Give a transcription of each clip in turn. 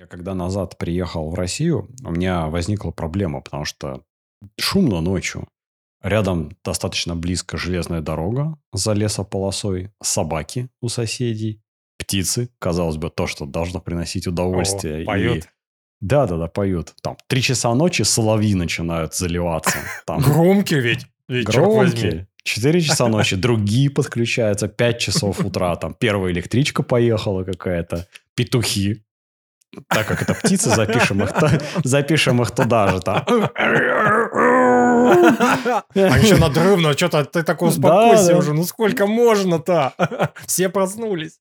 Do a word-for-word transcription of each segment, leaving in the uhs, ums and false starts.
Я когда назад приехал в Россию, у меня возникла проблема, потому что шумно ночью. Рядом достаточно близко железная дорога за лесополосой, собаки у соседей, птицы, казалось бы, то, что должно приносить О, удовольствие. И поет. да-да-да, поют. Там три часа ночи соловьи начинают заливаться. Там Громкий ведь, ведь, черт возьми. громкие. Четыре часа ночи другие подключаются. Пять часов утра. Там первая электричка поехала какая-то. Петухи. Так как это птицы, запишем их, та- запишем их туда же. Там. А еще надрывно, что-то ты такой Да, успокойся да. уже, ну сколько можно-то? Все проснулись.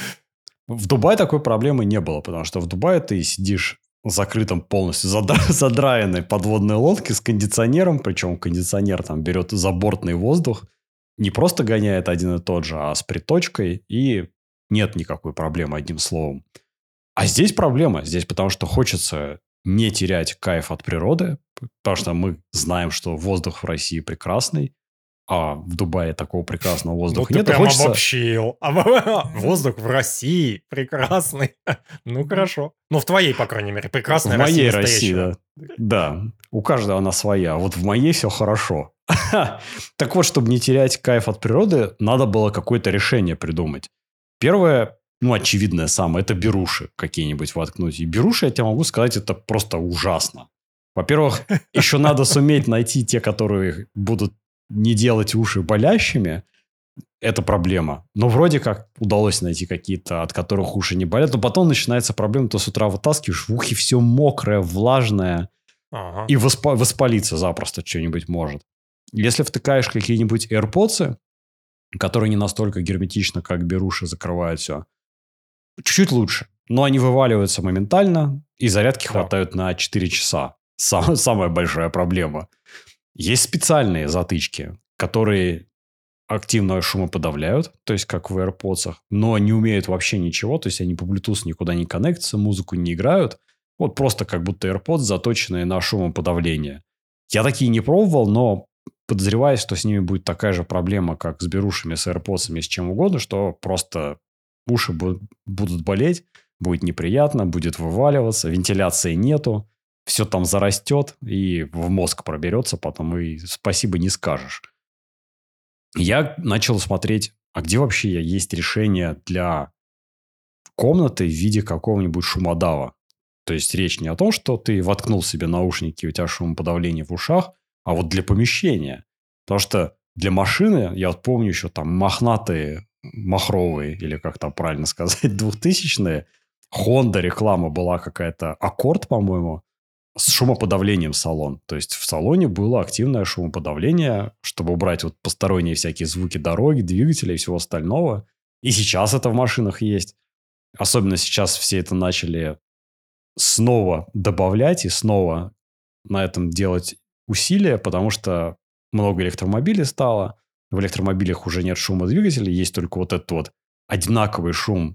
В Дубае такой проблемы не было, потому что в Дубае ты сидишь в закрытом полностью задра- задраенной подводной лодке с кондиционером, причем кондиционер там берет забортный воздух, не просто гоняет один и тот же, а с приточкой, и нет никакой проблемы, одним словом. А здесь проблема. Здесь потому что хочется не терять кайф от природы, потому что мы знаем, что воздух в России прекрасный, а в Дубае такого прекрасного Ну воздуха ты нет. И прям хочется обобщил. Обо- Воздух в России прекрасный. Ну хорошо. Ну в твоей, по крайней мере. в Прекрасная Россия моей России, настоящего. да. Да, у каждого она своя. Вот в моей все хорошо. Так вот, чтобы не терять кайф от природы, надо было какое-то решение придумать. Первое, ну, очевидное самое, это беруши какие-нибудь воткнуть. И беруши, я тебе могу сказать, это просто ужасно. Во-первых, еще надо суметь найти те, которые будут не делать уши болящими. Это проблема. Но вроде как удалось найти какие-то, от которых уши не болят. Но потом начинается проблема, то с утра вытаскиваешь, в ухе все мокрое, влажное. Ага. И воспа- воспалиться запросто что-нибудь может. Если втыкаешь какие-нибудь AirPods, которые не настолько герметично, как беруши, закрывают все, чуть-чуть лучше. Но они вываливаются моментально, и зарядки Да. хватает на четыре часа. Сам- самая большая проблема. Есть специальные затычки, которые активно шумоподавляют, то есть как в AirPods, но не умеют вообще ничего, то есть они по Bluetooth никуда не коннектятся, музыку не играют. Вот просто как будто AirPods, заточенные на шумоподавление. Я такие не пробовал, но подозреваю, что с ними будет такая же проблема, как с берушами, с AirPods, с чем угодно, что просто уши будут, будут болеть, будет неприятно, будет вываливаться, вентиляции нету, все там зарастет и в мозг проберется потом, и спасибо не скажешь. Я начал смотреть, а где вообще есть решение для комнаты в виде какого-нибудь шумодава. То есть речь не о том, что ты воткнул себе наушники, и у тебя шумоподавление в ушах, а вот для помещения. Потому что для машины, я вот помню еще там мохнатые, махровые, или как там правильно сказать, двухтысячные, Honda реклама была какая-то, Аккорд, по-моему, с шумоподавлением салон. То есть в салоне было активное шумоподавление, чтобы убрать вот посторонние всякие звуки дороги, двигателя и всего остального. И сейчас это в машинах есть. Особенно сейчас все это начали снова добавлять и снова на этом делать усилия, потому что много электромобилей стало. В электромобилях уже нет шума двигателя, есть только вот этот вот одинаковый шум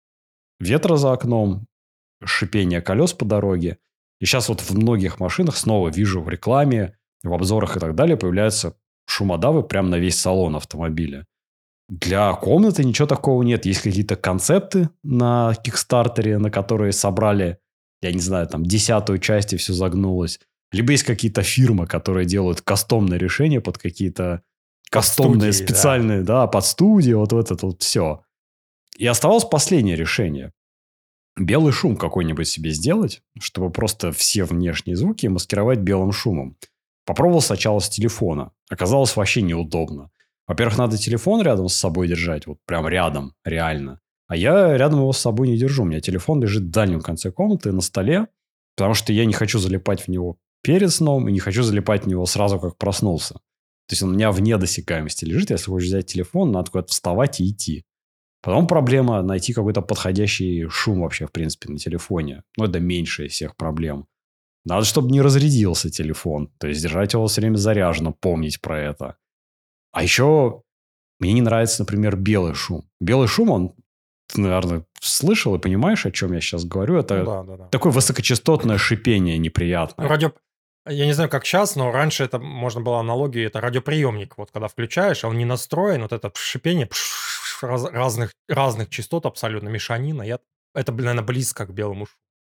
ветра за окном, шипение колес по дороге. И сейчас вот в многих машинах снова вижу в рекламе, в обзорах и так далее появляются шумодавы прямо на весь салон автомобиля. Для комнаты ничего такого нет. Есть какие-то концепты на Кикстартере, на которые собрали, я не знаю, там десятую часть и все загнулось. Либо есть какие-то фирмы, которые делают кастомные решения под какие-то Под кастомные студией, да. специальные, да, под студии, вот в это вот все. И оставалось последнее решение. Белый шум какой-нибудь себе сделать, чтобы просто все внешние звуки маскировать белым шумом. Попробовал сначала с телефона. Оказалось вообще неудобно. Во-первых, надо телефон рядом с собой держать, вот прям рядом, реально. А я рядом его с собой не держу. У меня телефон лежит в дальнем конце комнаты на столе, потому что я не хочу залипать в него перед сном и не хочу залипать в него сразу, как проснулся. То есть он у меня вне досягаемости лежит. Если хочешь взять телефон, надо куда-то вставать и идти. Потом проблема найти какой-то подходящий шум вообще, в принципе, на телефоне. Ну, это меньшая из всех проблем. Надо, чтобы не разрядился телефон. То есть, держать его все время заряженным, помнить про это. А еще мне не нравится, например, белый шум. Белый шум, он, ты, наверное, слышал и понимаешь, о чем я сейчас говорю. Ну Это да, да, да. такое высокочастотное шипение Ну, неприятное. радио... Я не знаю, как сейчас, но раньше это можно было аналогию, это радиоприемник. Вот когда включаешь, а он не настроен, вот это шипение раз- разных, разных частот абсолютно, мешанина. Я... Это, наверное, близко к белому шуму.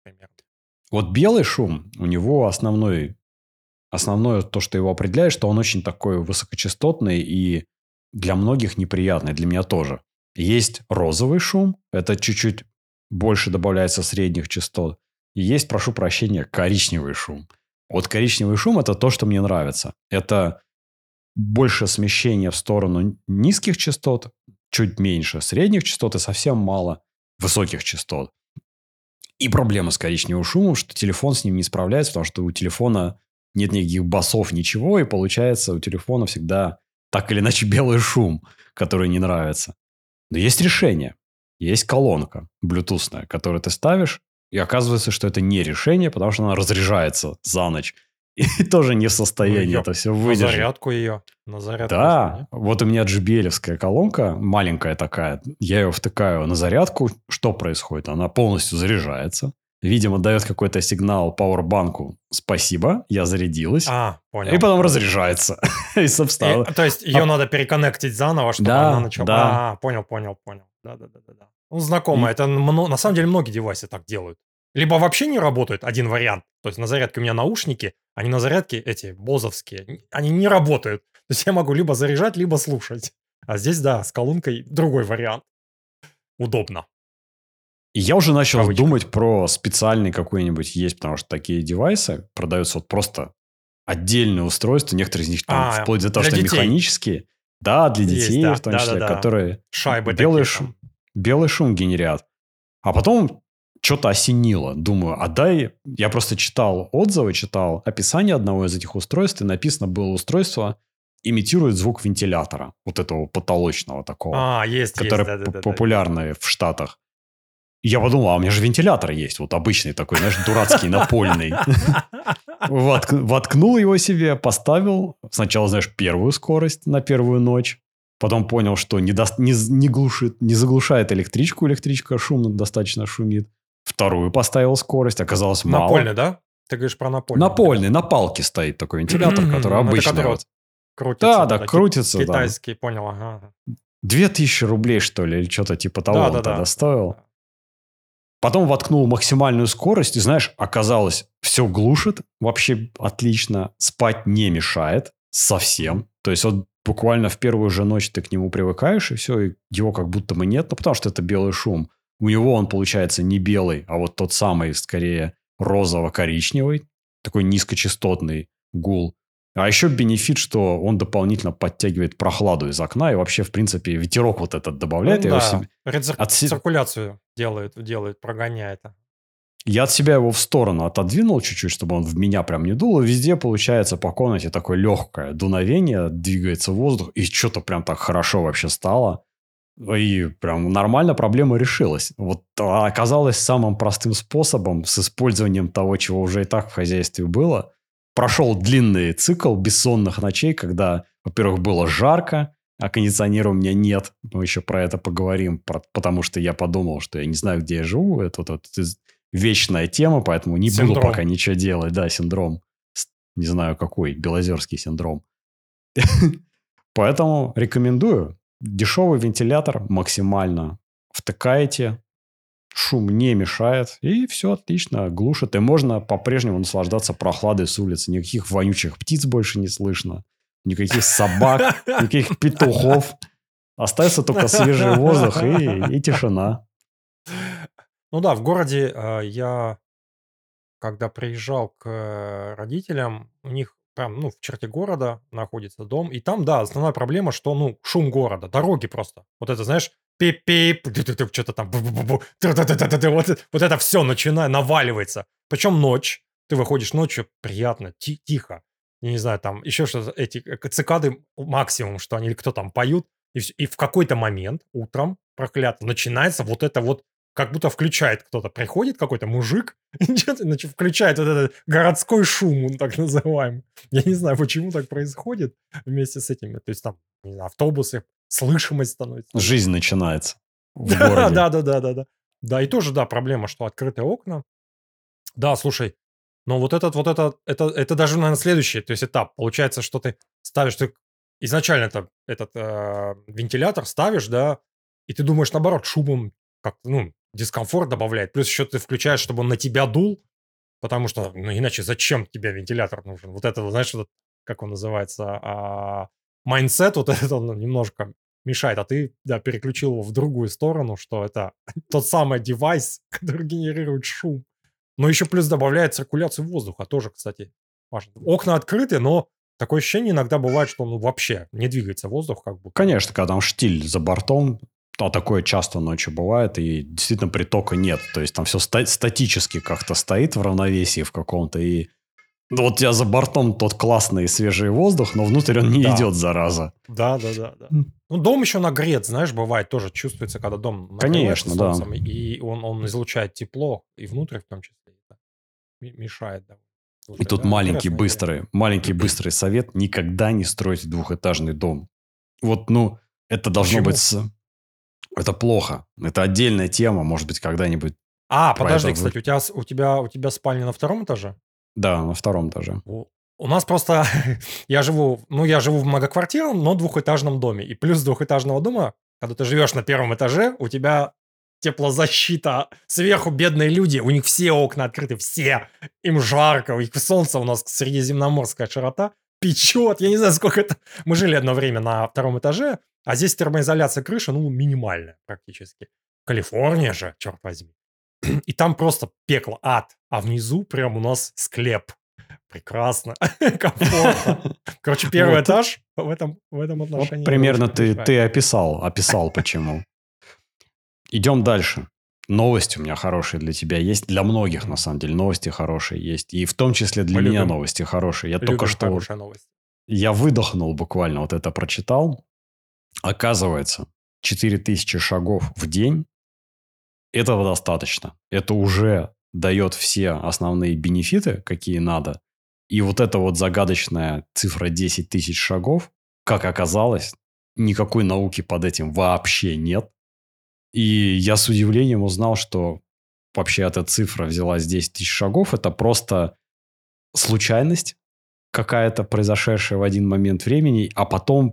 примерно. Вот белый шум, у него основной, основное то, что его определяет, что он очень такой высокочастотный и для многих неприятный, для меня тоже. Есть розовый шум, это чуть-чуть больше добавляется средних частот. И есть, прошу прощения, коричневый шум. Вот коричневый шум – это то, что мне нравится. Это больше смещения в сторону низких частот, чуть меньше средних частот и совсем мало высоких частот. И проблема с коричневым шумом, что телефон с ним не справляется, потому что у телефона нет никаких басов, ничего, и получается у телефона всегда так или иначе белый шум, который не нравится. Но есть решение. Есть колонка блютусная, которую ты ставишь, и оказывается, что это не решение, потому что она разряжается за ночь. И тоже не в состоянии Ну, это все На выдержать. зарядку ее. На зарядку. если Да, нет. вот у меня джи би эл-овская колонка, маленькая такая, я ее втыкаю на зарядку, что происходит? Она полностью заряжается, видимо, дает какой-то сигнал пауэрбанку «спасибо, я зарядилась», А, понял. и потом понял. разряжается. И, собственно, И, то есть ее надо переконнектить заново, чтобы Да, она начала. да. А, понял, понял, понял. Да, да, да, да, да. Ну, знакомо. И- Это мно- на самом деле многие девайсы так делают. Либо вообще не работают, один вариант. То есть на зарядке у меня наушники, они на зарядке эти бозовские, н- они не работают. То есть я могу либо заряжать, либо слушать. А здесь, да, с колонкой другой вариант. Удобно. И я уже начал Кавычках. думать про специальный какой-нибудь есть, потому что такие девайсы продаются вот просто отдельные устройства, некоторые из них там А, вплоть до того, для что детей. механические. Да, для Есть, детей да, в том да, числе, да, да. которые Шайбы белый, такие шу- там. белый шум генерят. А потом что-то осенило. Думаю, а дай... Я просто читал отзывы, читал описание одного из этих устройств, и написано было устройство имитирует звук вентилятора. Вот этого потолочного такого. А, есть, есть, Который да, да, п- да, да. популярный в Штатах. И я подумал, а у меня же вентилятор есть. Вот обычный такой, знаешь, дурацкий, напольный. Вотк- Воткнул его себе, поставил. Сначала, знаешь, первую скорость на первую ночь. Потом понял, что не, даст- не, з- не глушит, не заглушает электричку. Электричка шумно достаточно шумит. Вторую поставил скорость. Оказалось мало. Напольный, да? Ты говоришь про напольный. Напольный, на палке стоит такой вентилятор, который Это обычный. который вот. крутится. Да, да, ки- крутится, да. Китайский, понял, ага. Две тысячи рублей, что ли, или что-то типа того Да, он да, тогда да. стоил. Потом воткнул максимальную скорость, и, знаешь, оказалось, все глушит вообще отлично, спать не мешает совсем. То есть, вот буквально в первую же ночь ты к нему привыкаешь, и все, и его как будто бы нет, ну, потому что это белый шум. У него он, получается, не белый, а вот тот самый, скорее, розово-коричневый, такой низкочастотный гул. А еще бенефит, что он дополнительно подтягивает прохладу из окна, и вообще, в принципе, ветерок вот этот добавляет. Ну Я его да, себе- рецир- от се- циркуляцию делает, делает, прогоняет. Я от себя его в сторону отодвинул чуть-чуть, чтобы он в меня прям не дул. И везде получается по комнате такое легкое дуновение, двигается воздух, и что-то прям так хорошо вообще стало. И прям нормально проблема решилась. Вот а, оказалось самым простым способом с использованием того, чего уже и так в хозяйстве было. Прошел длинный цикл бессонных ночей, когда, во-первых, было жарко, а кондиционера у меня нет. Мы еще про это поговорим, про- потому что я подумал, что я не знаю, где я живу. Это вот это вечная тема, поэтому не буду Синдром. пока ничего делать. Да, синдром. С- Не знаю какой, белозерский синдром. Поэтому рекомендую. Дешевый вентилятор максимально втыкаете, шум не мешает, и все отлично, глушит. И можно по-прежнему наслаждаться прохладой с улицы. Никаких вонючих птиц больше не слышно, никаких собак, никаких петухов. Остается только свежий воздух и, и тишина. Ну да, в городе э, я, когда приезжал к э, родителям, у них прям, ну, в черте города находится дом, и там, да, основная проблема, что, ну, шум города, дороги просто. Вот это, знаешь, пип-пип, что-то там, бу-бу-бу-бу, тра-та-та-та-та, вот, это- вот это все начинает, наваливается. Причем ночь, ты выходишь ночью, приятно, ти- тихо. Я не знаю, там еще что-то, эти э, цикады максимум, что они, или кто там поют, и, всё- и в какой-то момент утром, проклято, начинается вот это вот, как будто включает кто-то, приходит какой-то мужик, и чё-то, значит, включает вот этот городской шум, он так называемый. Я не знаю, почему так происходит вместе с этими. То есть там, не знаю, автобусы, слышимость становится лучше. Жизнь начинается в Да, городе. да, да, да, да, да. Да, и тоже, да, проблема, что открытые окна. Да, слушай, но вот этот, вот это, это, это даже, наверное, следующий, то есть этап. Получается, что ты ставишь, ты изначально это, этот э, вентилятор ставишь, да, и ты думаешь, наоборот, шумом как ну, дискомфорт добавляет. Плюс еще ты включаешь, чтобы он на тебя дул, потому что, ну, иначе зачем тебе вентилятор нужен? Вот это, знаешь, вот, как он называется, а, майндсет, вот это он немножко мешает, а ты, да, переключил его в другую сторону, что это тот самый девайс, который генерирует шум. Но еще плюс добавляет циркуляцию воздуха, тоже, кстати, важно. Окна открыты, но такое ощущение иногда бывает, что ну, вообще не двигается воздух, как будто. Конечно, когда там штиль за бортом, а такое часто ночью бывает, и действительно притока нет. То есть там все ста- статически как-то стоит в равновесии в каком-то, и ну, вот у тебя за бортом тот классный свежий воздух, но внутрь он не Да. идет, зараза. Да, да, да, да. Ну, дом еще нагрет, знаешь, бывает, тоже чувствуется, когда дом нагревается Конечно, да. солнцем, и он, он излучает тепло, и внутрь в том числе. Это м- мешает. Да. Слушай, И тут да, маленький интересная быстрый, маленький быстрый совет: никогда не стройте двухэтажный дом. Вот, ну, это должно Почему? быть с... Это плохо. Это отдельная тема, может быть, когда-нибудь. А, Про подожди, это вы- кстати, у тебя, с- у тебя, у тебя спальня на втором этаже? Да, на втором этаже. У, у нас просто, я живу, ну, я живу в многоквартирном, но двухэтажном доме. И плюс двухэтажного дома, когда ты живешь на первом этаже, у тебя теплозащита. Сверху бедные люди, у них все окна открыты, все. Им жарко, у них солнце, у нас средиземноморская широта. Печет, я не знаю, сколько это... Мы жили одно время на втором этаже, а здесь термоизоляция крыши, ну, минимальная практически. Калифорния же, черт возьми. И там просто пекло, ад. А внизу прям у нас склеп. Прекрасно, комфортно. Короче, первый Вот. этаж в этом, в этом Вот отношении примерно ручка ты, решает. ты описал, описал почему. Идем дальше. Новости у меня хорошие для тебя есть. Для многих, на самом деле, новости хорошие есть. И в том числе для Мы меня любим- новости хорошие. Я Любим только что... хорошая новость. Я выдохнул буквально, вот это прочитал. Оказывается, четыре тысячи шагов в день – этого достаточно. Это уже дает все основные бенефиты, какие надо. И вот эта вот загадочная цифра десять тысяч шагов, как оказалось, никакой науки под этим вообще нет. И я с удивлением узнал, что вообще эта цифра взялась десять тысяч шагов. Это просто случайность какая-то, произошедшая в один момент времени, а потом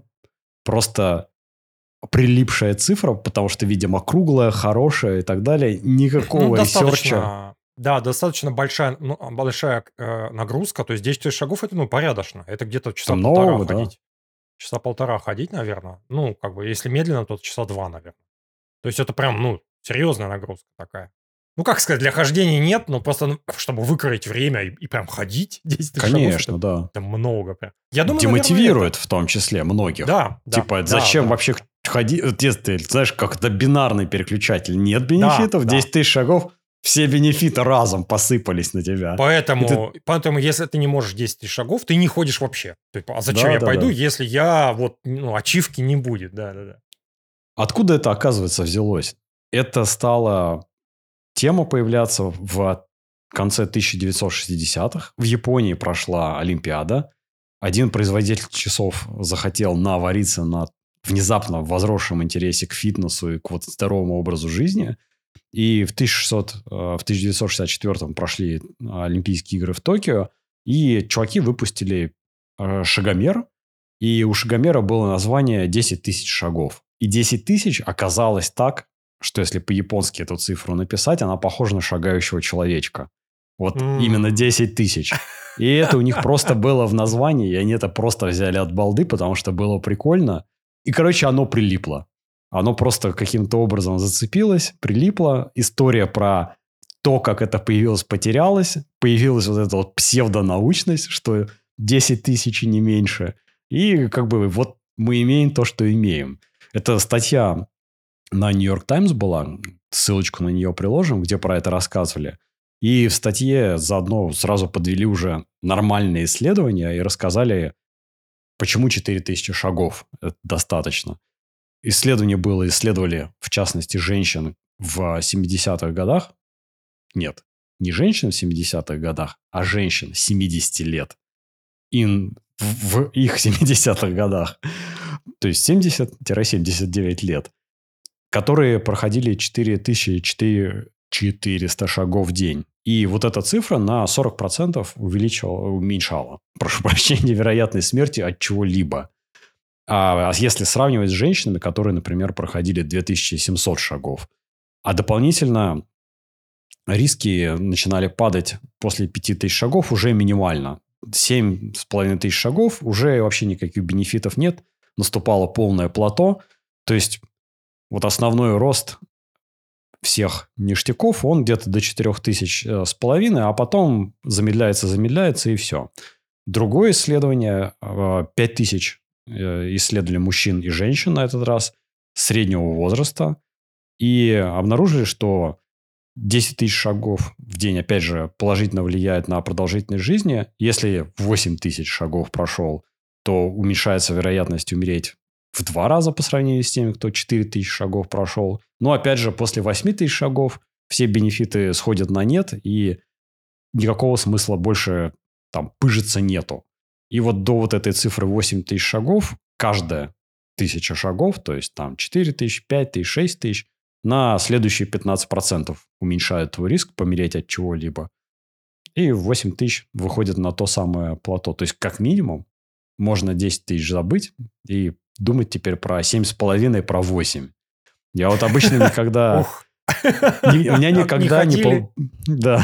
просто прилипшая цифра, потому что, видимо, круглая, хорошая и так далее. Никакого Ну, ресерча. достаточно, да, достаточно большая, ну, большая э, нагрузка. То есть десять тысяч шагов это, ну, порядочно. Это где-то часа Это полтора много, да. ходить. Часа полтора ходить, наверное. Ну, как бы, если медленно, то часа два, наверное. То есть это прям, ну, серьезная нагрузка такая. Ну, как сказать, для хождения нет, но просто, ну, чтобы выкроить время и, и прям ходить десять тысяч шагов, Конечно, это, да. это много прям. Я думаю, наверное, Демотивирует в том числе многих. это- Да, да. Типа, да, зачем да. вообще ходить? Вот если ты знаешь, как это бинарный переключатель. Нет бенефитов, да. десять тысяч шагов, все бенефиты разом посыпались на тебя. Поэтому, поэтому, если ты не можешь десять тысяч шагов, ты не ходишь вообще. Типа, а зачем Да, я да, пойду, да. если я вот, ну, ачивки не будет? Да, да, да. Откуда это, оказывается, взялось? Это стало тема появляться в конце тысяча девятьсот шестидесятых. В Японии прошла Олимпиада. Один производитель часов захотел навариться на внезапно возросшем интересе к фитнесу и к вот здоровому образу жизни. И в, тысяча шестьсот, в тысяча девятьсот шестьдесят четвёртом прошли Олимпийские игры в Токио. И чуваки выпустили шагомер. И у шагомера было название десять тысяч шагов. И десять тысяч оказалось так, что если по-японски эту цифру написать, она похожа на шагающего человечка. Вот М. именно десять тысяч. И это у них просто было в названии, и они это просто взяли от балды, потому что было прикольно. И, короче, оно прилипло. Оно просто каким-то образом зацепилось, прилипло. История про то, как это появилось, потерялась. Появилась вот эта вот псевдонаучность, что десять тысяч и не меньше. И как бы вот мы имеем то, что имеем. Это статья на New York Times была, ссылочку на нее приложим, где про это рассказывали. И в статье заодно сразу подвели уже нормальные исследования и рассказали, почему четыре тысячи шагов достаточно. Исследование было, исследовали, в частности, женщин в семидесятых годах. Нет, не женщин в семидесятых годах, а женщин семидесяти лет. И в их семидесятых годах, то есть семьдесят-семьдесят девять лет, которые проходили четыре тысячи четыреста шагов в день. И вот эта цифра на сорок процентов увеличивала, уменьшала, прошу прощения, вероятность смерти от чего-либо. А если сравнивать с женщинами, которые, например, проходили две тысячи семьсот шагов. А дополнительно риски начинали падать после пяти тысяч шагов уже минимально. семь с половиной тысяч шагов, уже вообще никаких бенефитов нет. Наступало полное плато. То есть, вот основной рост всех ништяков, он где-то до четырех тысяч с половиной, а потом замедляется, замедляется и все. Другое исследование, пять тысяч исследовали мужчин и женщин на этот раз среднего возраста и обнаружили, что десять тысяч шагов в день, опять же, положительно влияет на продолжительность жизни. Если восемь тысяч шагов прошел, то уменьшается вероятность умереть в два раза по сравнению с теми, кто четыре тысячи шагов прошел. Но, опять же, после восьми тысяч шагов все бенефиты сходят на нет, и никакого смысла больше там пыжиться нету. И вот до вот этой цифры восемь тысяч шагов, каждая тысяча шагов, то есть там четыре тысячи, пять тысяч, шесть тысяч, на следующие пятнадцать процентов уменьшает твой риск помереть от чего-либо. И восемь тысяч выходит на то самое плато. То есть, как минимум, можно десять тысяч забыть и думать теперь про семь с половиной, про восемь. Я вот обычно никогда... У меня никогда не... Да.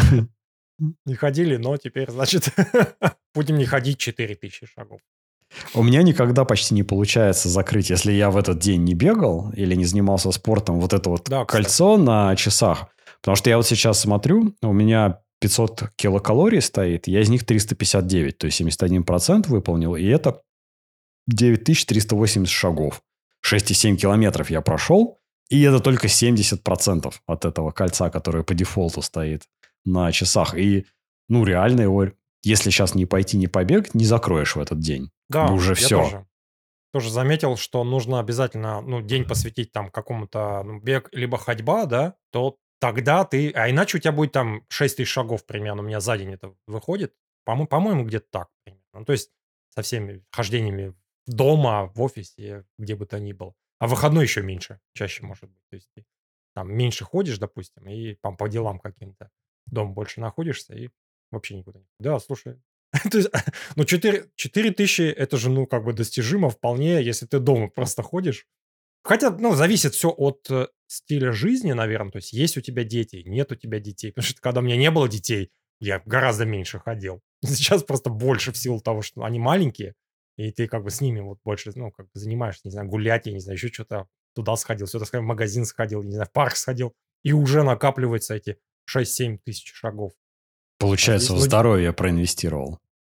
Не ходили, но теперь, значит, будем не ходить четыре тысячи шагов. У меня никогда почти не получается закрыть, если я в этот день не бегал или не занимался спортом, вот это вот да, кольцо на часах. Потому что я вот сейчас смотрю, у меня пятьсот килокалорий стоит, я из них триста пятьдесят девять, то есть семьдесят один процент выполнил, и это девять тысяч триста восемьдесят шагов. шесть целых семь десятых километров я прошел, и это только семьдесят процентов от этого кольца, которое по дефолту стоит на часах. И, ну, реально его, если сейчас не пойти, не побегать, не закроешь в этот день. Да, ну, уже я все. Тоже, тоже заметил, что нужно обязательно ну, день посвятить там какому-то ну, бег, либо ходьба, да, то тогда ты... А иначе у тебя будет там шесть тысяч шагов примерно, у меня за день это выходит. По-мо- По-моему, где-то так. Примерно. Ну, то есть со всеми хождениями дома, в офисе, где бы то ни было. А в выходной еще меньше, чаще может быть. То есть ты там меньше ходишь, допустим, и там по делам каким-то. Дома больше находишься и вообще никуда не... Да, слушай, то есть, ну, четыре тысячи это же, ну, как бы достижимо вполне, если ты дома просто ходишь. Хотя, ну, зависит все от э, стиля жизни, наверное. То есть, есть у тебя дети, нет у тебя детей. Потому что когда у меня не было детей, я гораздо меньше ходил. Сейчас просто больше в силу того, что они маленькие, и ты как бы с ними вот больше, ну, как бы занимаешься, не знаю, гулять, я не знаю, еще что-то туда сходил, сюда сходил, в магазин сходил, не знаю, в парк сходил, и уже накапливается эти шесть-семь тысяч шагов. Получается, здесь, в ну, здоровье проинвестировал.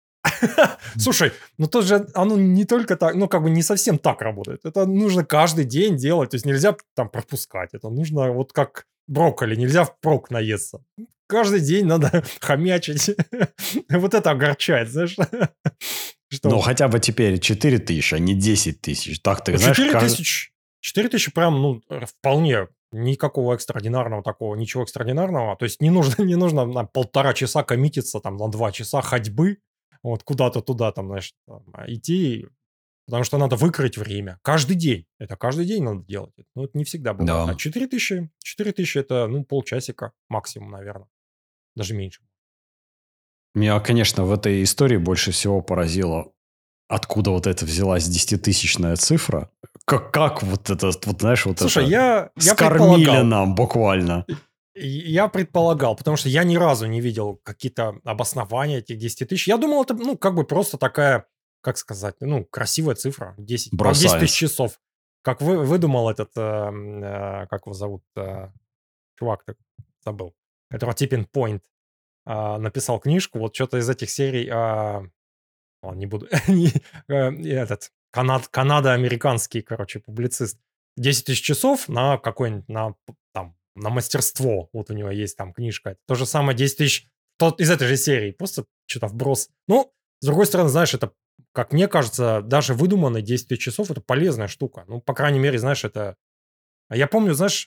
Слушай, ну тут же оно не только так, ну как бы не совсем так работает. Это нужно каждый день делать, то есть нельзя там пропускать. Это нужно вот как брокколи, нельзя впрок наесться. Каждый день надо хомячить. Вот это огорчает, знаешь. Ну, хотя бы теперь четыре тысячи, а не десять тысяч. Так ты, знаешь, четыре тысячи, четыре тысячи прям, ну, вполне никакого экстраординарного такого, ничего экстраординарного. То есть не нужно, не нужно на полтора часа коммититься, там, на два часа ходьбы, вот куда-то туда, там, знаешь, там, идти, потому что надо выкроить время. Каждый день. Это каждый день надо делать. Ну, это не всегда бывает. Да. А четыре тысячи, четыре тысячи это, ну, полчасика максимум, наверное. Даже меньше. Меня, конечно, в этой истории больше всего поразило, откуда вот это взялась десятитысячная цифра. Как, как вот это, вот знаешь, вот Слушай, это я, я скормили предполагал. нам буквально. Я предполагал, потому что я ни разу не видел какие-то обоснования этих десяти тысяч. Я думал, это, ну, как бы просто такая, как сказать, ну, красивая цифра. десять, Bro десять тысяч science. часов. Как вы, выдумал этот, э, э, как его зовут, э, чувак, так забыл, который Tipping Point э, написал книжку, вот что-то из этих серий, э, ладно, не буду, не, э, этот, канад, канадо-американский, короче, публицист. десять тысяч часов на какой-нибудь, на, там, на мастерство. Вот у него есть там книжка. То же самое десять тысяч тот, из этой же серии. Просто что-то вброс. Ну, с другой стороны, знаешь, это, как мне кажется, даже выдуманные десять тысяч часов это полезная штука. Ну, по крайней мере, знаешь, это... Я помню, знаешь,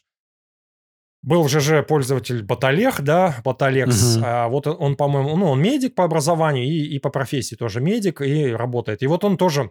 был же же пользователь Баталех, да, Баталекс. Мгм. А вот он, он, по-моему, ну, он медик по образованию и, и по профессии тоже медик, и работает. И вот он тоже,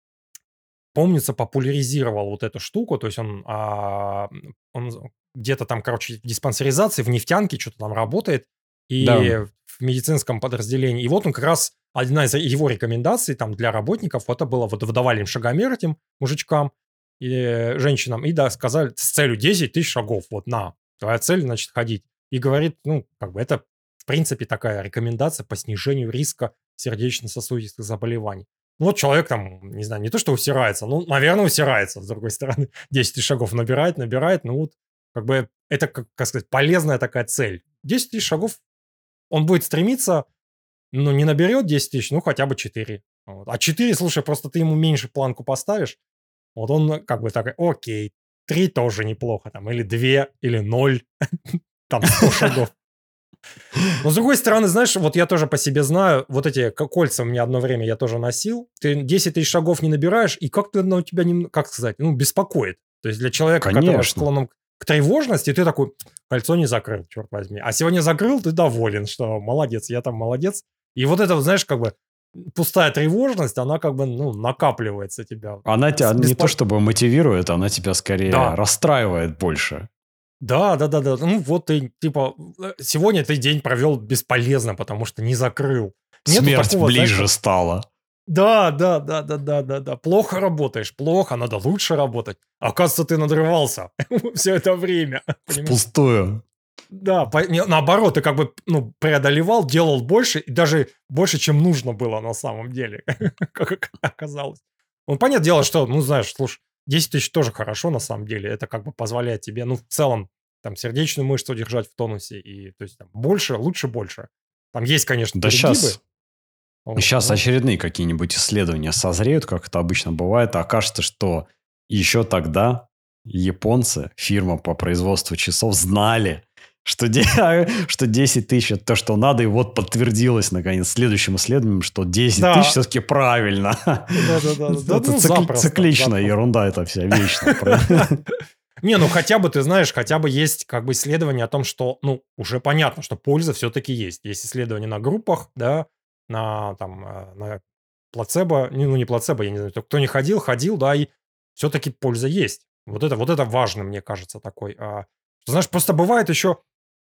помнится, популяризировал вот эту штуку, то есть он, а, он где-то там, короче, в диспансеризации, в нефтянке что-то там работает, Да. и в медицинском подразделении. И вот он как раз, одна из его рекомендаций там для работников, это было, вот выдавали им шагомер этим мужичкам и женщинам, и да, сказали, с целью десять тысяч шагов, вот на, твоя цель, значит, ходить. И говорит, ну, как бы это, в принципе, такая рекомендация по снижению риска сердечно-сосудистых заболеваний. Ну, вот человек там, не знаю, не то, что усирается, ну, наверное, усирается, с другой стороны. десять тысяч шагов набирает, набирает, ну, вот, как бы, это, как, как сказать, полезная такая цель. десять тысяч шагов он будет стремиться, ну, не наберет десять тысяч, ну, хотя бы четыре. Вот. А четыре, слушай, просто ты ему меньше планку поставишь, вот он как бы такой, окей, три тоже неплохо, там, или два, или ноль, там, сто шагов. Но с другой стороны, знаешь, вот я тоже по себе знаю, вот эти к- кольца у меня одно время я тоже носил, ты десять тысяч шагов не набираешь, и как-то оно тебя, нем- как сказать, ну, беспокоит. То есть для человека, который Конечно. склонен к тревожности, ты такой, кольцо не закрыл, черт возьми. А сегодня закрыл, ты доволен, что молодец, я там молодец. И вот это, вот, знаешь, как бы пустая тревожность, она как бы, ну, накапливается тебя. Она тебя С- не то беспо- чтобы мотивирует, она тебя скорее Да, расстраивает больше. да, да, да, да. Ну вот ты, типа, э, сегодня ты день провел бесполезно, потому что не закрыл. Нету Смерть такого, знаешь, ближе как стала. да, да, да, да, да, да, да. Плохо работаешь, плохо, надо лучше работать. А оказывается, ты надрывался все это время, понимаешь? Впустую. Да, по- не, наоборот, ты как бы ну, преодолевал, делал больше, и даже больше, чем нужно было на самом деле, как оказалось. Ну, понятное дело, что, ну, знаешь, слушай, десять тысяч тоже хорошо на самом деле. Это как бы позволяет тебе, ну, в целом, там, сердечную мышцу держать в тонусе. И, то есть, там, больше, лучше, больше. Там есть, конечно, Да перегибы. сейчас, Вот, сейчас ну, очередные какие-нибудь исследования созреют, как это обычно бывает, а окажется, что еще тогда японцы, фирма по производству часов, знали, что, де- что десять тысяч это то, что надо, и вот подтвердилось, наконец, следующим исследованием, что десять тысяч да, все-таки правильно. да-да-да, да, Это ну, цикли- запросто, цикличная запросто. ерунда, это вся вечно. Не, ну хотя бы, ты знаешь, хотя бы есть как бы исследование о том, что, ну, уже понятно, что польза все-таки есть. Есть исследования на группах, да, на там, э, на плацебо, не, ну не плацебо, я не знаю, кто не ходил, ходил, да, и все-таки польза есть. Вот это, вот это важно, мне кажется, такой. А, что, знаешь, просто бывает еще,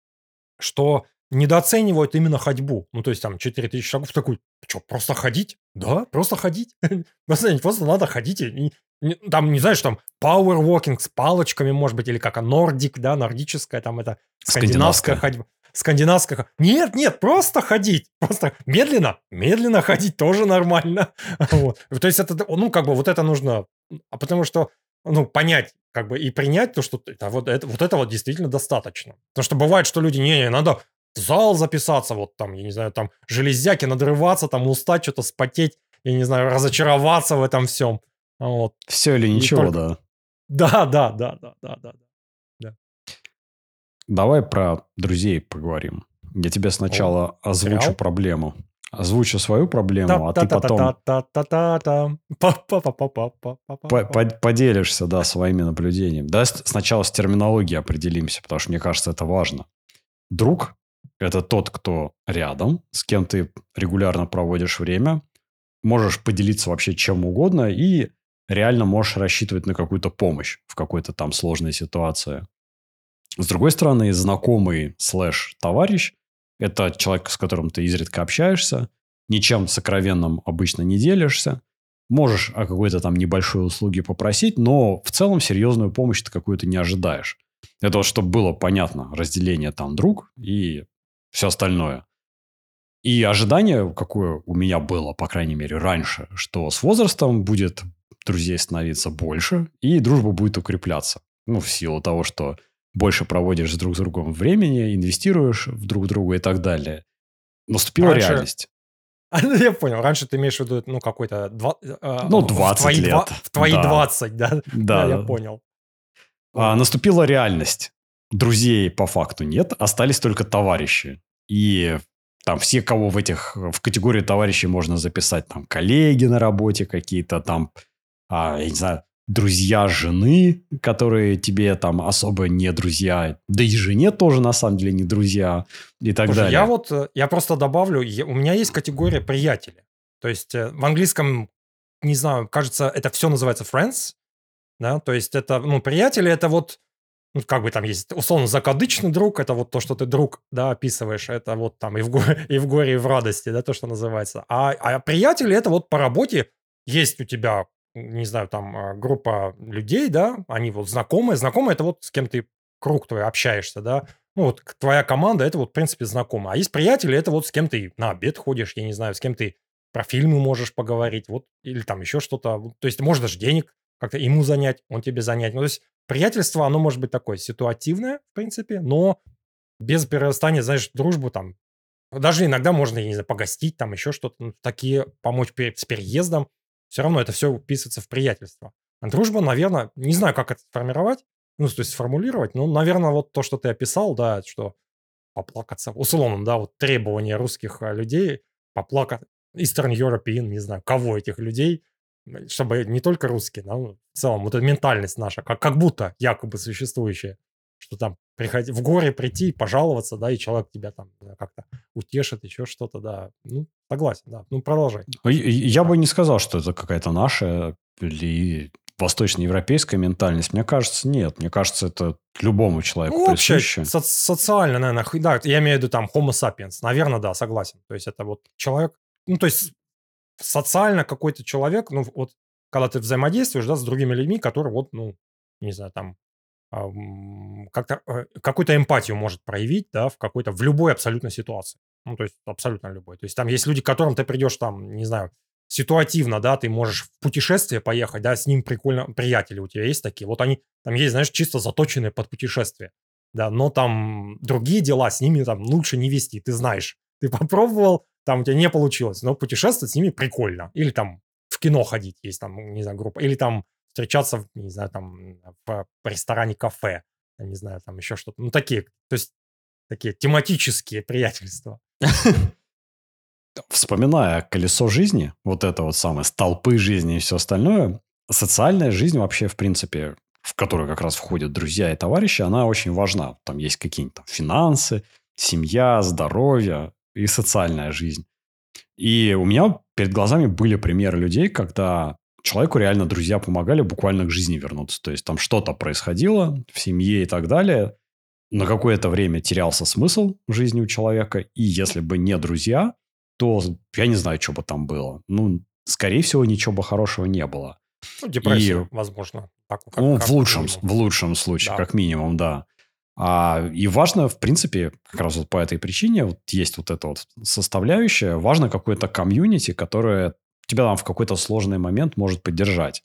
что недооценивают именно ходьбу. Ну, то есть там четыре тысячи шагов, такой, что, просто ходить? Да, просто ходить. Просто просто надо ходить. и не- не- Там, не знаешь, там power walking с палочками, может быть, или как а нордик, да, нордическая, там это скандинавская Скандинавская. ходьба. Скандинавская. х- Нет, нет, просто ходить. Просто медленно, медленно ходить тоже нормально. Вот. То есть это, ну, как бы вот это нужно, а потому что, ну, понять, как бы и принять то, что это, вот, это, вот это вот действительно достаточно. Потому что бывает, что люди, не, не, надо в зал записаться, вот там, я не знаю, там железяки, надрываться, там устать, что-то спотеть, я не знаю, разочароваться в этом всем. Вот. Все или И ничего, только... да. Да, да, да, да, да, да, да. Давай про друзей поговорим. Я тебе О, сначала озвучу сериал? проблему. Озвучу свою проблему, а ты потом Та-та-та-та-та-та-та-та. по- Па-па-па-па-па-па-па-па. по- поделишься, да, своими наблюдениями. Да, с- сначала с терминологией определимся, потому что мне кажется, это важно. Друг – это тот, кто рядом, с кем ты регулярно проводишь время, можешь поделиться вообще чем угодно и реально можешь рассчитывать на какую-то помощь в какой-то там сложной ситуации. С другой стороны, знакомый слэш товарищ – это человек, с которым ты изредка общаешься, ничем сокровенным обычно не делишься, можешь о какой-то там небольшой услуге попросить, но в целом серьезную помощь ты какую-то не ожидаешь. Это вот чтобы было понятно разделение там друг и все остальное. И ожидание, какое у меня было, по крайней мере, раньше, что с возрастом будет друзей становиться больше, и дружба будет укрепляться. Ну, в силу того, что больше проводишь с друг с другом времени, инвестируешь в друг друга и так далее. Наступила Раньше, реальность. я понял, раньше ты имеешь в виду, ну, какой-то, два- э, Ну, в в двадцать твои, два, лет. в твои Да, двадцать, да? Да, я да. понял. А, Понял. наступила реальность. Друзей по факту нет, остались только товарищи. И там все, кого в этих в категорию товарищей можно записать, там коллеги на работе какие-то, там, а, я не знаю, друзья жены, которые тебе там особо не друзья, да и жене тоже на самом деле не друзья и так Слушай, я далее. вот, э, я просто добавлю, я- у меня есть категория приятели. То есть э, в английском, не знаю, кажется, это все называется friends, да, то есть это, ну, приятели, это вот, ну, как бы там есть, условно, закадычный друг, это вот то, что ты друг, да, описываешь, это вот там и в, го- и в горе, и в радости, да, то, что называется. А, а приятели, это вот по работе есть у тебя, не знаю, там а, группа людей, да, они вот знакомые, знакомые, это вот с кем ты круг твой, общаешься, да. Ну, вот к- твоя команда, это вот, в принципе, знакомо. А есть приятели, это вот с кем ты на обед ходишь, я не знаю, с кем ты про фильмы можешь поговорить, вот, или там еще что-то. Вот, то есть, можно даже денег как-то ему занять, он тебе занять. Ну, то есть, приятельство, оно может быть такое ситуативное, в принципе, но без перерастания, знаешь, дружбу там. Даже иногда можно, я не знаю, погостить, там еще что-то, ну, такие, помочь пе- с переездом. Все равно это все вписывается в приятельство. А дружба, наверное, не знаю, как это сформировать, ну, то есть сформулировать, но, наверное, вот то, что ты описал, да, что поплакаться, условно, да, вот требования русских а, людей, поплакать, Eastern European, не знаю, кого этих людей, м, чтобы не только русские, но в целом вот эта ментальность наша, как, как будто якобы существующая, что там приходи, в горе прийти, пожаловаться, да, и человек тебя там не знаю, как-то утешит, еще что-то, да. Ну, согласен, да. Ну, продолжай. И- Что, и- Я как? бы не сказал, что это какая-то наша или восточноевропейская ментальность. Мне кажется, нет. Мне кажется, это любому человеку Ну, общее, присуще. со- социально, наверное, хы- да, я имею в виду там Homo sapiens, наверное, да, согласен. То есть это вот человек, ну, то есть социально какой-то человек, ну, вот когда ты взаимодействуешь, да, с другими людьми, которые вот, ну, не знаю, там, ам, как-то э, какую-то эмпатию может проявить, да, в какой-то, в любой абсолютно ситуации. Ну, то есть абсолютно любой. То есть там есть люди, к которым ты придешь там, не знаю, ситуативно, да, ты можешь в путешествие поехать, да, с ним прикольно, приятели у тебя есть такие, вот они, там есть, знаешь, чисто заточенные под путешествие, да, но там другие дела с ними там лучше не вести, ты знаешь, ты попробовал, там у тебя не получилось, но путешествовать с ними прикольно. Или там в кино ходить, есть там, не знаю, группа. Или там встречаться, в, не знаю, там в, в ресторане, кафе. Я не знаю, там еще что-то. Ну, такие, то есть такие тематические приятельства. Вспоминая колесо жизни, вот это вот самое, столпы жизни и все остальное, социальная жизнь вообще, в принципе, в которую как раз входят друзья и товарищи, она очень важна. Там есть какие-нибудь там финансы, семья, здоровье и социальная жизнь. И у меня перед глазами были примеры людей, когда человеку реально друзья помогали буквально к жизни вернуться. То есть там что-то происходило в семье и так далее. На какое-то время терялся смысл в жизни у человека. И если бы не друзья, то я не знаю, что бы там было. Ну, скорее всего, ничего бы хорошего не было. Ну, И депрессия, возможно, так, как, ну, в как лучшем, минимум. в лучшем случае, Да. как минимум, да. А, и важно, в принципе, как раз вот по этой причине, вот есть вот эта вот составляющая, важно какое-то комьюнити, которое тебя там в какой-то сложный момент может поддержать.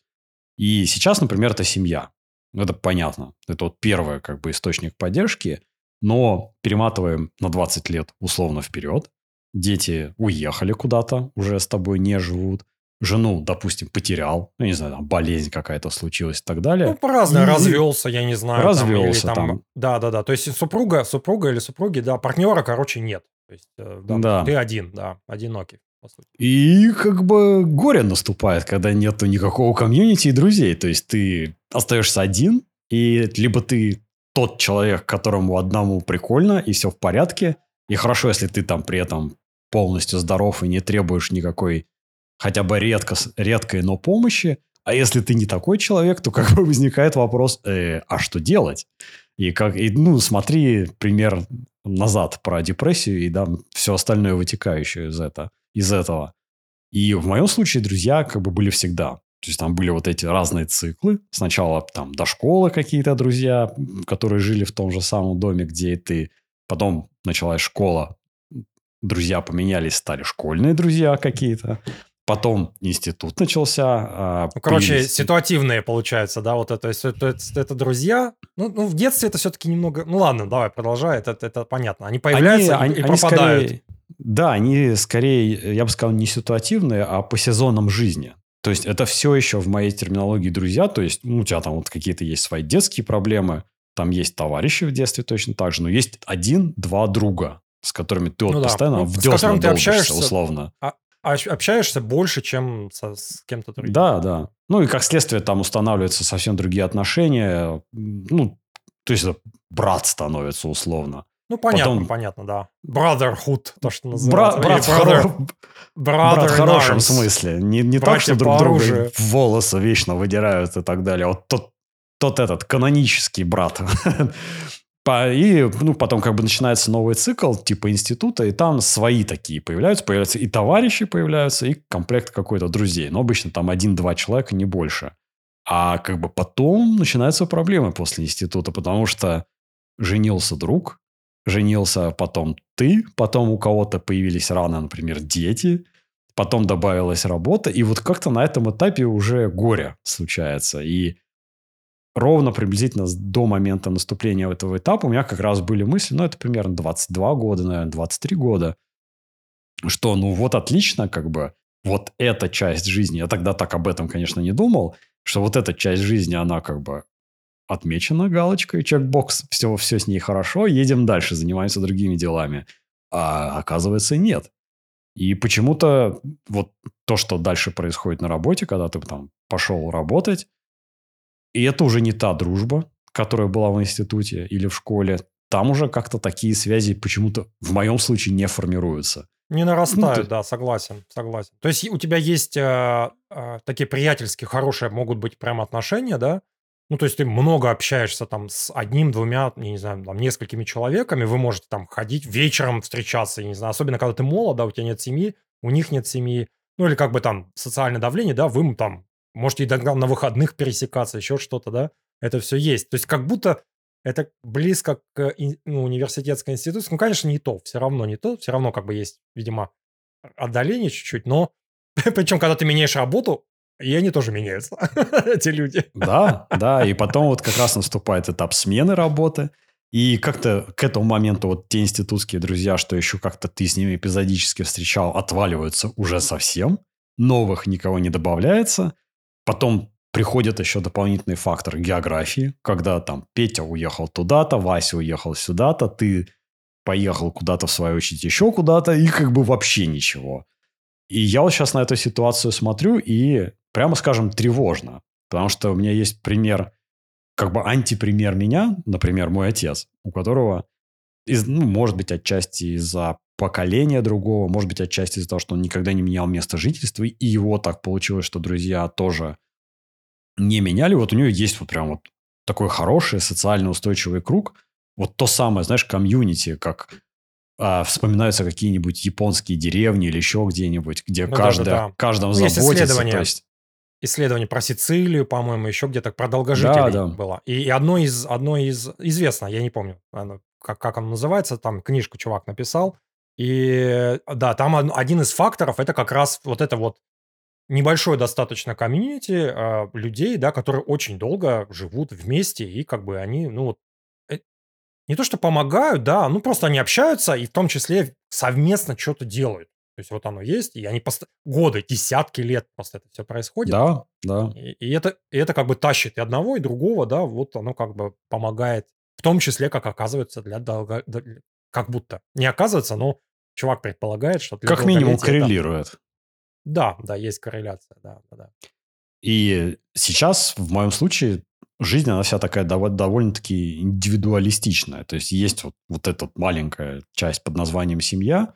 И сейчас, например, это семья. Ну, это понятно. Это вот первый как бы источник поддержки. Но перематываем на двадцать лет условно вперед. Дети уехали куда-то, уже с тобой не живут. Жену, допустим, потерял. Ну, не знаю, там болезнь какая-то случилась и так Ну, далее. по-разному, И развелся, я не знаю, там, или развелся там, там. да-да-да, то есть супруга, супруга или супруги, да, партнера, короче, нет. То есть э, в данном случае Да. ты один, да, одинокий, по сути. И как бы горе наступает, когда нету никакого комьюнити и друзей. То есть ты остаешься один, и либо ты тот человек, которому одному прикольно, и все в порядке, и хорошо, если ты там при этом полностью здоров и не требуешь никакой хотя бы редко, редкой, но помощи. А если ты не такой человек, то как бы возникает вопрос, э, а что делать? И как, и, ну, смотри пример назад про депрессию и да, все остальное вытекающее из, это, из этого. И в моем случае друзья как бы были всегда. То есть там были вот эти разные циклы. Сначала там до школы какие-то друзья, которые жили в том же самом доме, где и ты. Потом началась школа. Друзья поменялись, стали школьные друзья какие-то. Потом институт начался. а, Ну, короче, Появились... ситуативные получается, да, вот это, то есть это, это, это друзья. Ну, ну, в детстве это все-таки немного... Ну, ладно, давай, продолжай, это, это понятно. Они Они, появляются и, они, и они пропадают. скорее... Да, они скорее, я бы сказал, не ситуативные, а по сезонам жизни. То есть это все еще в моей терминологии друзья. То есть ну, у тебя там вот какие-то есть свои детские проблемы, там есть товарищи в детстве точно так же, но есть один-два друга, с которыми ты вот Ну да, постоянно ну, в с десна которым ты долбишься, общаешься, условно. а- а общаешься больше, чем со, с кем-то другим. Да, да. Ну и как следствие там устанавливаются совсем другие отношения. Ну, то есть это брат становится условно. Ну, понятно, Потом понятно, да. Brotherhood, то, что бра- называется. Или брат, в brother, хоро- brother брат в in хорошем arms. смысле. Не, не так, Братья что друг по друга оружию. в волосы вечно выдирают и так далее. Вот тот, тот этот канонический брат. По- И ну, потом как бы начинается новый цикл типа института, и там свои такие появляются. Появляются и товарищи появляются, и комплект какой-то друзей. Но обычно там один-два человека, не больше. А как бы потом начинаются проблемы после института, потому что женился друг, женился потом ты, потом у кого-то появились рано, например, дети, потом добавилась работа, и вот как-то на этом этапе уже горе случается. И ровно приблизительно с- до момента наступления этого этапа у меня как раз были мысли, ну, это примерно двадцать два года, наверное, двадцать три года, что, ну, вот отлично, как бы, вот эта часть жизни, я тогда так об этом, конечно, не думал, что вот эта часть жизни, она как бы отмечена галочкой, чекбокс, все, все с ней хорошо, едем дальше, занимаемся другими делами. А оказывается, нет. И почему-то вот то, что дальше происходит на работе, когда ты там пошел работать, и это уже не та дружба, которая была в институте или в школе. Там уже как-то такие связи почему-то в моем случае не формируются. Не Ну, то нарастают, есть, да, согласен, согласен. То есть и у тебя есть э, э, такие приятельские, хорошие могут быть прям отношения, да? Ну, то есть ты много общаешься там с одним, двумя, я не знаю, там, несколькими человеками, вы можете там ходить вечером встречаться, я не знаю, особенно когда ты молод, да, у тебя нет семьи, у них нет семьи, ну, или как бы там социальное давление, да, вы м, там можете и иногда на выходных пересекаться, еще что-то, да, это все есть. То есть как будто это близко к ин ну, университетской институции. Ну, конечно, не то, все равно не то. Все равно как бы есть, видимо, отдаление чуть-чуть, но причем, когда ты меняешь работу, и они тоже меняются, эти люди. да, да, и потом вот как раз наступает этап смены работы, и как-то к этому моменту вот те институтские друзья, что еще как-то ты с ними эпизодически встречал, отваливаются уже совсем, новых никого не добавляется, потом приходит еще дополнительный фактор географии, когда там Петя уехал туда-то, Вася уехал сюда-то, ты поехал куда-то в свою очередь еще куда-то, и как бы вообще ничего. И я вот сейчас на эту ситуацию смотрю, и, прямо скажем, тревожно. Потому что у меня есть пример, как бы антипример меня, например, мой отец, у которого, из, ну, может быть, отчасти из-за поколения другого, может быть, отчасти из-за того, что он никогда не менял место жительства, и его так получилось, что друзья тоже не меняли. Вот у него есть вот прям вот такой хороший социально устойчивый круг. Вот то самое, знаешь, комьюнити, как а, вспоминаются какие-нибудь японские деревни или еще где-нибудь, где Ну каждый о да-да-да. каждом Ну, есть заботится. То исследования. есть, Исследование про Сицилию, по-моему, еще где-то про да, долгожителей да, было. И, и одно из, одно из известно, я не помню, оно- как, как оно называется, там книжку чувак написал. И да, там од- один из факторов это как раз вот это вот небольшое достаточно комьюнити а, людей, да, которые очень долго живут вместе, и как бы они, ну вот, э, не то что помогают, да, ну просто они общаются и в том числе совместно что-то делают. То есть вот оно есть, и они пост- годы, десятки лет просто это все происходит. да, да. И и это и это как бы тащит и одного, и другого, да, вот оно как бы помогает, в том числе, как оказывается, для долго д как будто. Не оказывается, но чувак предполагает, что для Как минимум долголетия это коррелирует. да, да, есть корреляция, да, да-да. И сейчас, в моем случае, жизнь, она вся такая дово- довольно-таки индивидуалистичная. То есть, есть вот, вот эта вот маленькая часть под названием семья,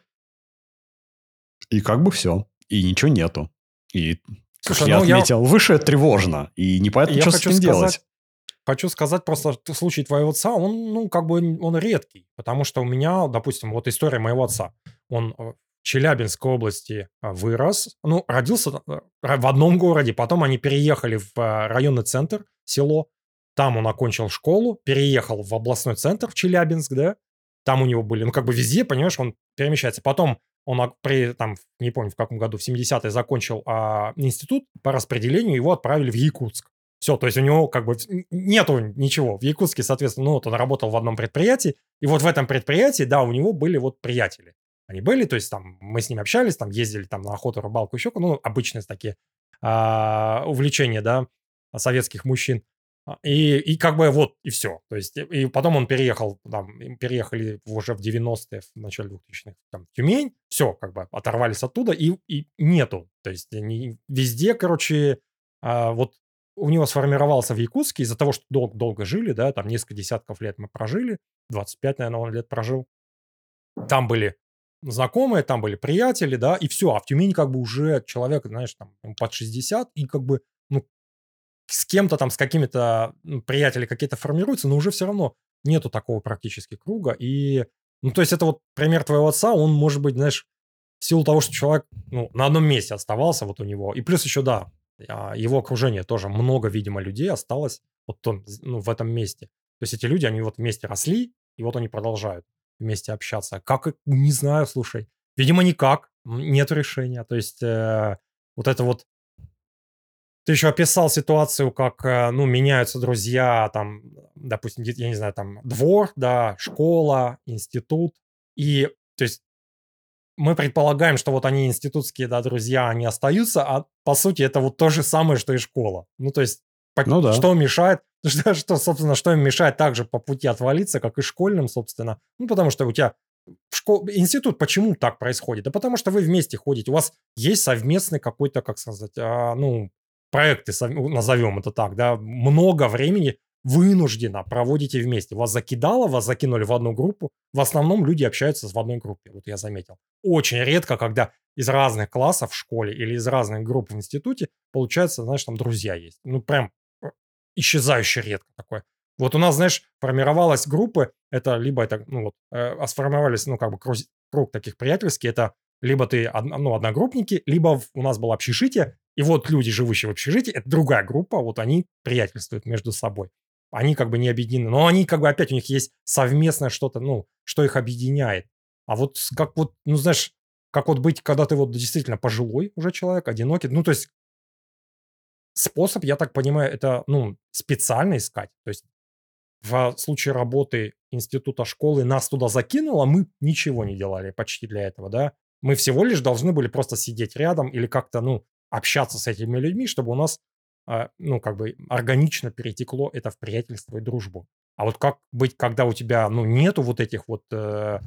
и как бы все. И ничего нету. И, как Слушай, я ну я отметил выше, тревожно. И непонятно, я что с хочу этим сказать делать. хочу сказать просто, что случай твоего отца, он, ну, как бы н он редкий, потому что у меня, допустим, вот история моего отца. Он, э, в Челябинской области, а, вырос, ну, родился, э, ра в одном городе, потом они переехали в, а, районный центр, село. Там он окончил школу, переехал в областной центр, в Челябинск, да. Там у него были, ну, как бы везде, понимаешь, он перемещается. Потом он ак при там, в не помню, в каком году, в семидесятые закончил, а, институт, по распределению его отправили в Якутск. Все, то есть у него как бы вс н нету ничего. В Якутске, соответственно, ну, вот он работал в одном предприятии, и вот в этом предприятии, да, у него были вот приятели. Они были, то есть там мы с ними общались, там ездили там на охоту, рыбалку, еще, ну, обычные такие, а, увлечения, да, советских мужчин. А, и и как бы вот и все. То есть, и и потом он переехал, там, им переехали уже в девяностые, в начале двухтысячных, там, в Тюмень. Все, как бы оторвались оттуда, и и нету. То есть они везде, короче, а, вот у него сформировался в Якутске из-за того, что дол долго жили, да, там несколько десятков лет мы прожили, двадцать пять, наверное, он лет прожил. Там были знакомые, там были приятели, да, и все. А в Тюмени как бы уже человек, знаешь, там ему под шестьдесят, и как бы, ну, с кем-то там, с какими-то, м, приятели какие-то формируются, но уже все равно нету такого практически круга. И, ну, то есть это вот пример твоего отца, он может быть, знаешь, в силу того, что человек, ну, на одном месте оставался вот у него. И плюс еще, да, а, его окружение тоже много, видимо, людей осталось вот том, з ну, в этом месте. То есть эти люди, они вот вместе росли, и вот они продолжают вместе общаться. Как, и- не знаю, слушай. Видимо, никак. М, Нет решения. То есть э, вот это вот ты еще описал ситуацию, как, э, ну, меняются друзья, там, допустим, где- я не знаю, там, двор, да, школа, институт. И, то есть, мы предполагаем, что вот они институтские, да, друзья, они остаются, а по сути это вот то же самое, что и школа. Ну, то есть, по- Ну да. что мешает, что, что, собственно, что им мешает также по пути отвалиться, как и школьным, собственно. Ну, потому что у тебя в школ... институт, почему так происходит? Да потому что вы вместе ходите, у вас есть совместный какой-то, как сказать, а, ну, проекты, сов- ну, назовем это так, да, много времени вынужденно проводите вместе. Вас закидало, вас закинули в одну группу. В основном люди общаются в одной группе, вот я заметил. Очень редко, когда из разных классов в школе или из разных групп в институте, получается, знаешь, там друзья есть. Ну, прям э, исчезающе редко такое. Вот у нас, знаешь, формировалась группы, это либо это, ну вот, э, а сформировались, ну, как бы круг, круг таких приятельский, это либо ты, од- ну, одногруппники, либо в- у нас было общежитие, и вот люди, живущие в общежитии, это другая группа, вот они приятельствуют между собой. Они как бы не объединены, но они как бы опять, у них есть совместное что-то, ну, что их объединяет. А вот с- как вот, ну, знаешь, как вот быть, когда ты вот действительно пожилой уже человек, одинокий, ну, то есть способ, я так понимаю, это, ну, специально искать. То есть в случае работы института, школы нас туда закинуло, мы ничего не делали почти для этого, да. Мы всего лишь должны были просто сидеть рядом или как-то, ну, общаться с этими людьми, чтобы у нас, а, ну, как бы органично перетекло это в приятельство и дружбу. А вот как быть, когда у тебя, ну, нету вот этих вот э,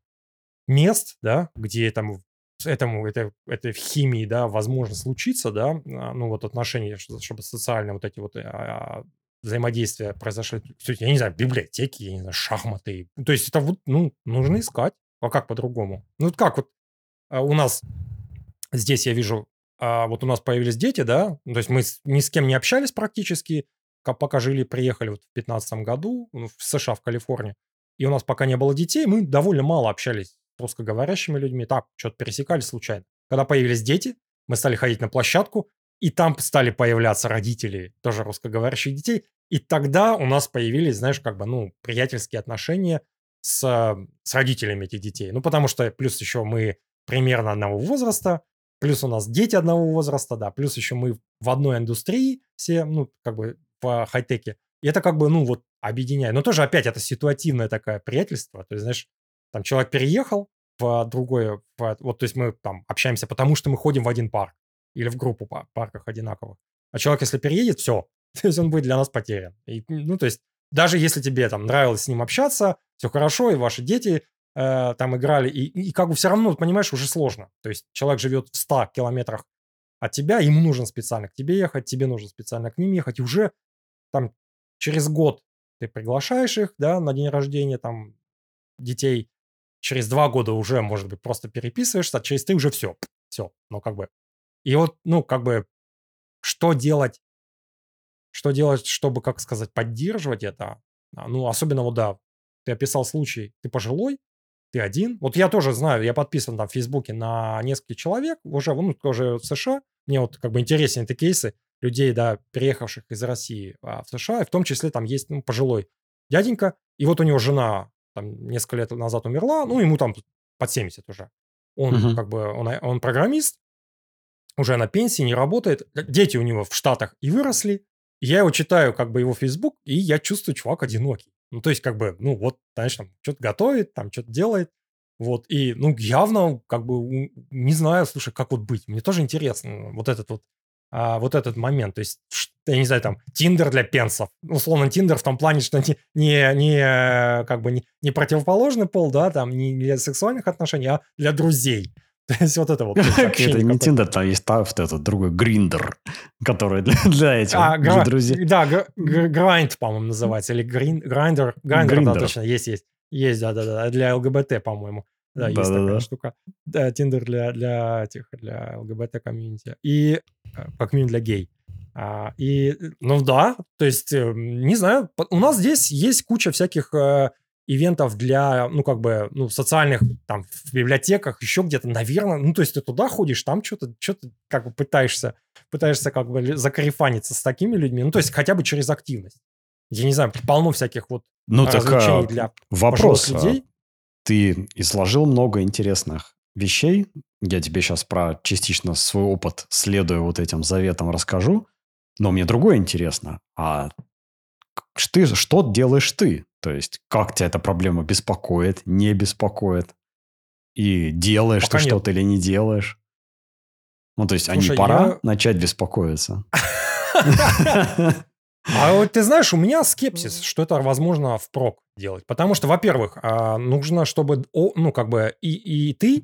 мест, да, где там с этому, это, этой химии, да, возможно случиться, да, а, ну, вот отношения, что- чтобы социальные вот эти вот а, взаимодействия произошли. Кстати, я не знаю, библиотеки, я не знаю, шахматы. То есть это вот, ну, нужно искать. А как по-другому? Ну, вот как вот а, у нас здесь я вижу, а, вот у нас появились дети, да, ну, то есть мы с- ни с кем не общались практически, ка- пока жили, приехали вот в пятнадцатом году ну, в США, в Калифорнии, и у нас пока не было детей, мы довольно мало общались с русскоговорящими людьми, так, что-то пересекались случайно. Когда появились дети, мы стали ходить на площадку, и там стали появляться родители тоже русскоговорящих детей, и тогда у нас появились, знаешь, как бы, ну, приятельские отношения с, а, с родителями этих детей. Ну, потому что плюс еще мы примерно одного возраста, плюс у нас дети одного возраста, да, плюс еще мы в одной индустрии все, ну, как бы в хай-теке. И это как бы, ну, вот объединяет. Но тоже опять это ситуативное такое приятельство. То есть, знаешь, там человек переехал в другое, в- вот, то есть мы там общаемся, потому что мы ходим в один парк или в группу па- парках одинаковых. А человек, если переедет, все, то есть он будет для нас потерян. И, ну, то есть даже если тебе там нравилось с ним общаться, все хорошо, и ваши дети э, там играли, и, и как бы все равно, понимаешь, уже сложно. То есть человек живет в ста километрах от тебя, ему нужно специально к тебе ехать, тебе нужно специально к ним ехать, и уже там через год ты приглашаешь их, да, на день рождения, там, детей, через два года уже, может быть, просто переписываешься, а через три уже все, все, ну, как бы. И вот, ну, как бы, что делать, что делать, чтобы, как сказать, поддерживать это? А, Ну, особенно вот, да, ты описал случай, ты пожилой, ты один. Вот я тоже знаю, я подписан там в Фейсбуке на нескольких человек, уже, ну, тоже в США. Мне вот как бы интересны эти кейсы людей, да, переехавших из России а, в США, и в том числе там есть, ну, пожилой дяденька, и вот у него жена там несколько лет назад умерла, ну, ему там под семьдесят уже. Он Мгм. как бы, он, а- он программист, уже на пенсии, не работает. Дети у него в Штатах и выросли. Я его читаю, как бы его Facebook, и я чувствую, чувак одинокий. Ну, то есть, как бы, ну, вот, знаешь, там, что-то готовит, там, что-то делает. Вот, и, ну, явно, как бы, у- не знаю, слушай, как вот быть. Мне тоже интересно вот этот вот, а, вот этот момент. То есть, ш- я не знаю, там, Тиндер для пенсов. Условно, Тиндер в том плане, что не, не, не э, как бы, не, не противоположный пол, да, там, не для сексуальных отношений, а для друзей. То есть, вот это вот, то есть, Как это общение не какое-то. Тиндер, там есть та- вот этот другой Гриндер, который для, для этих, А, для гра друзей. да, гр гр Грайнд, по-моему, называется, или Грин Грайндер. Грайндер, да, Гриндер. точно, есть есть. Есть, да-да-да, для ЛГБТ, по-моему. Да, есть такая Да-да-да. штука. Да, Тиндер для для этих, для ЛГБТ-комьюнити. И, э, как минимум для гей. А, и, э, ну да, то есть, э, не знаю, п у нас здесь есть куча всяких, э, ивентов для, ну, как бы, ну, социальных, там, в библиотеках, еще где-то, наверно. Ну, то есть ты туда ходишь, там что то чё-то как бы пытаешься пытаешься как бы ли закарифаниться с такими людьми, ну, то есть хотя бы через активность. Я не знаю, полно всяких вот Ну, так развлечений а, для пожилых вопрос. а, людей. Ты изложил много интересных вещей. Я тебе сейчас про частично свой опыт, следуя вот этим заветам, расскажу. Но мне другое интересно. А к- ты, что делаешь ты? То есть, как тебя эта проблема беспокоит, не беспокоит? И делаешь ты Пока нет. что-то или не делаешь? Ну, то есть, а не Слушай, пора я... начать беспокоиться? А вот ты знаешь, у меня скепсис, что это возможно впрок делать. Потому что, во-первых, а, нужно, чтобы, о- ну, как бы и, и ты,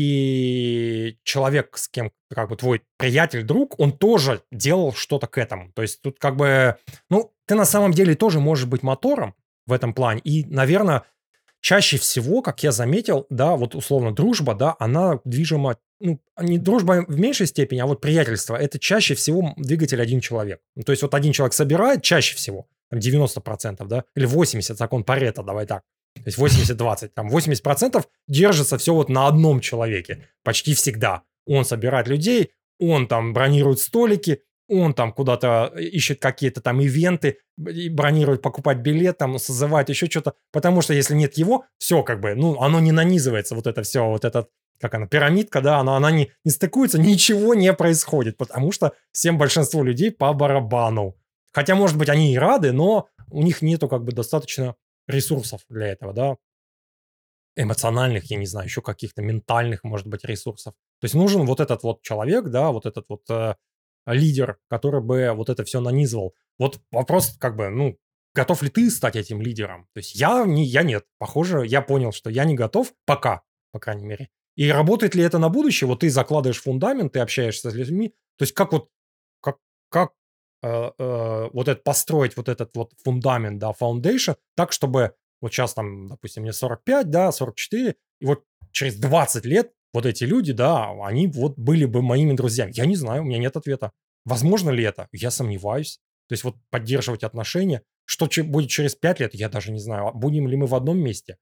и человек, с кем, как бы твой приятель, друг, он тоже делал что-то к этому. То есть тут как бы, ну, ты на самом деле тоже можешь быть мотором в этом плане. И, наверное, чаще всего, как я заметил, да, вот условно дружба, да, она движима, ну, не дружба в меньшей степени, а вот приятельство, это чаще всего двигатель один человек. Ну, то есть вот один человек собирает чаще всего, там девяносто процентов, да, или восемьдесят, закон Парето, давай так. То есть восемьдесят двадцать, там восемьдесят процентов держится все вот на одном человеке, почти всегда. Он собирает людей, он там бронирует столики, он там куда-то ищет какие-то там ивенты, и бронирует, покупать билет, там, созывает еще что-то. Потому что если нет его, все как бы, ну, оно не нанизывается, вот это все, вот этот, как она, пирамидка, да, она, она не, не стыкуется, ничего не происходит, потому что всем большинству людей по барабану. Хотя, может быть, они и рады, но у них нету как бы достаточно ресурсов для этого, да, эмоциональных, я не знаю, еще каких-то ментальных, может быть, ресурсов. То есть нужен вот этот вот человек, да, вот этот вот э, лидер, который бы вот это все нанизывал. Вот вопрос как бы, ну, готов ли ты стать этим лидером? То есть я, не, я нет. Похоже, я понял, что я не готов пока, по крайней мере. И работает ли это на будущее? Вот ты закладываешь фундамент, ты общаешься с людьми. То есть как вот, как, как э, э, вот это построить вот этот вот фундамент, да, foundation, так, чтобы вот сейчас там, допустим, мне сорок пять, да, сорок четыре, и вот через двадцать лет вот эти люди, да, они вот были бы моими друзьями. Я не знаю, у меня нет ответа. Возможно ли это? Я сомневаюсь. То есть вот поддерживать отношения. Что че- будет через пять лет, я даже не знаю. А будем ли мы в одном месте?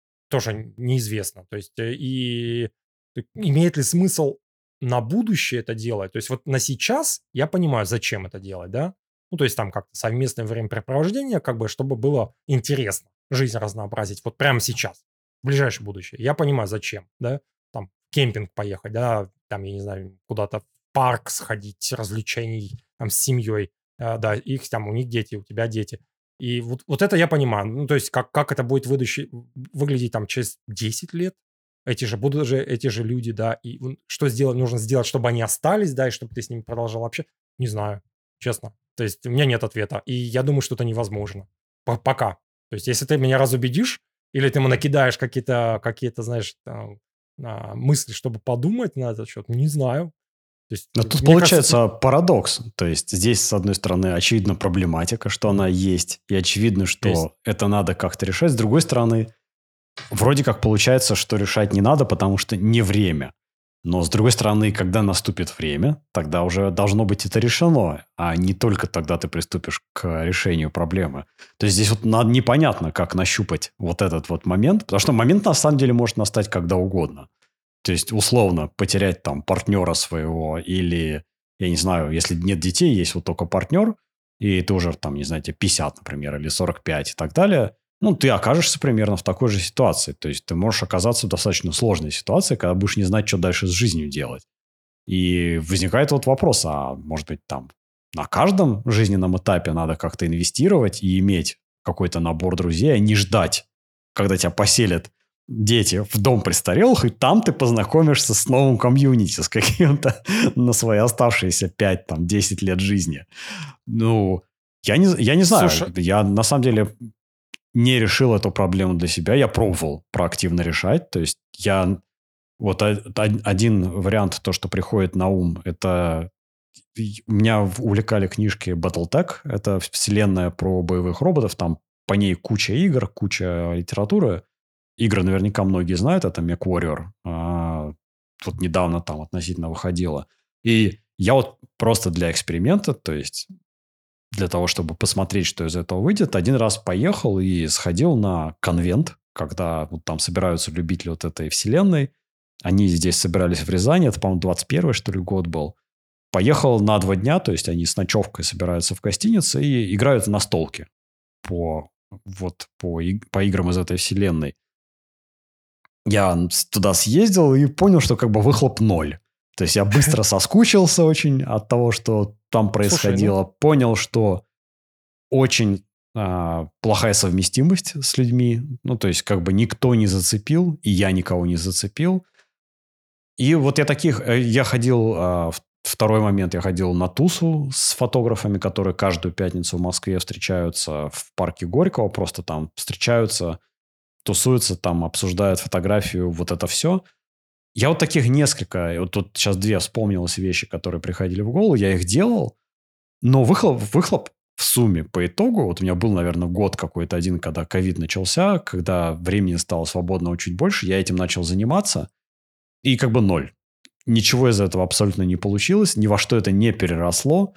Тоже неизвестно. То есть э, и э, имеет ли смысл на будущее это делать? То есть вот на сейчас я понимаю, зачем это делать, да? Ну, то есть там как-то совместное времяпрепровождение, как бы, чтобы было интересно, жизнь разнообразить вот прямо сейчас, в ближайшее будущее. Я понимаю, зачем, да? Там в кемпинг поехать, да, там, я не знаю, куда-то в парк сходить, развлечений там с семьей, э, да, их там, у них дети, у тебя дети. И вот, вот это я понимаю. Ну, то есть, как, как это будет выдачи, выглядеть там через десять лет. Эти же будут же, эти же люди, да. И вон что сделать, нужно сделать, чтобы они остались, да, и чтобы ты с ними продолжал общаться. Не знаю, честно. То есть, у меня нет ответа. И я думаю, что это невозможно. По- Пока. То есть, если ты меня разубедишь, или ты ему накидаешь какие-то, какие-то, знаешь, там, а, мысли, чтобы подумать на этот счет, не знаю. То есть, Но э, тут мне кажется, тут получается парадокс. То есть здесь, с одной стороны, очевидно проблематика, что она есть, и очевидно, есть. что это надо как-то решать. С другой стороны, вроде как получается, что решать не надо, потому что не время. Но, с другой стороны, когда наступит время, тогда уже должно быть это решено, а не только тогда ты приступишь к решению проблемы. То есть здесь вот надо непонятно, как нащупать вот этот вот момент, потому что момент на самом деле может настать когда угодно. То есть, условно, потерять там партнера своего или, я не знаю, если нет детей, есть вот только партнер, и ты уже там, не знаю, тебе пятьдесят, например, или сорок пять и так далее, ну, ты окажешься примерно в такой же ситуации. То есть, ты можешь оказаться в достаточно сложной ситуации, когда будешь не знать, что дальше с жизнью делать. И возникает вот вопрос, а может быть, там на каждом жизненном этапе надо как-то инвестировать и иметь какой-то набор друзей, а не ждать, когда тебя поселят дети в дом престарелых, и там ты познакомишься с новым комьюнити, с каким-то на свои оставшиеся пять десять лет жизни. Ну, я не, я не знаю. Слушай, Я на самом деле не решил эту проблему для себя. Я пробовал проактивно решать. То есть я... Вот о- о- один вариант, то, что приходит на ум, это и меня в- увлекали книжки BattleTech. Это вселенная про боевых роботов. Там по ней куча игр, куча литературы. Игры наверняка многие знают. Это MechWarrior. А, вот недавно там относительно выходило. И я вот просто для эксперимента, то есть для того, чтобы посмотреть, что из этого выйдет, один раз поехал и сходил на конвент, когда вот там собираются любители вот этой вселенной. Они здесь собирались в Рязани. Это, по-моему, двадцать первый, что ли, год был. Поехал на два дня, то есть они с ночевкой собираются в гостинице и играют на столке. по, вот, по, иг- по играм из этой вселенной. Я с- туда съездил и понял, что как бы выхлоп ноль. То есть я быстро соскучился очень от того, что там Слушай, ну, происходило. Понял, что очень а, плохая совместимость с людьми. Ну, то есть как бы никто не зацепил, и я никого не зацепил. И вот я таких... э, Я ходил... а, в- Второй момент. Я ходил на тусу с фотографами, которые каждую пятницу в Москве встречаются в парке Горького. Просто там встречаются, тусуются, там обсуждают фотографию, вот это все. Я вот таких несколько, и вот тут сейчас две вспомнилось вещи, которые приходили в голову, я их делал, но выхлоп, выхлоп в сумме по итогу, вот у меня был, наверное, год какой-то один, когда ковид начался, когда времени стало свободного чуть больше, я этим начал заниматься, и как бы ноль. Ничего из этого абсолютно не получилось, ни во что это не переросло.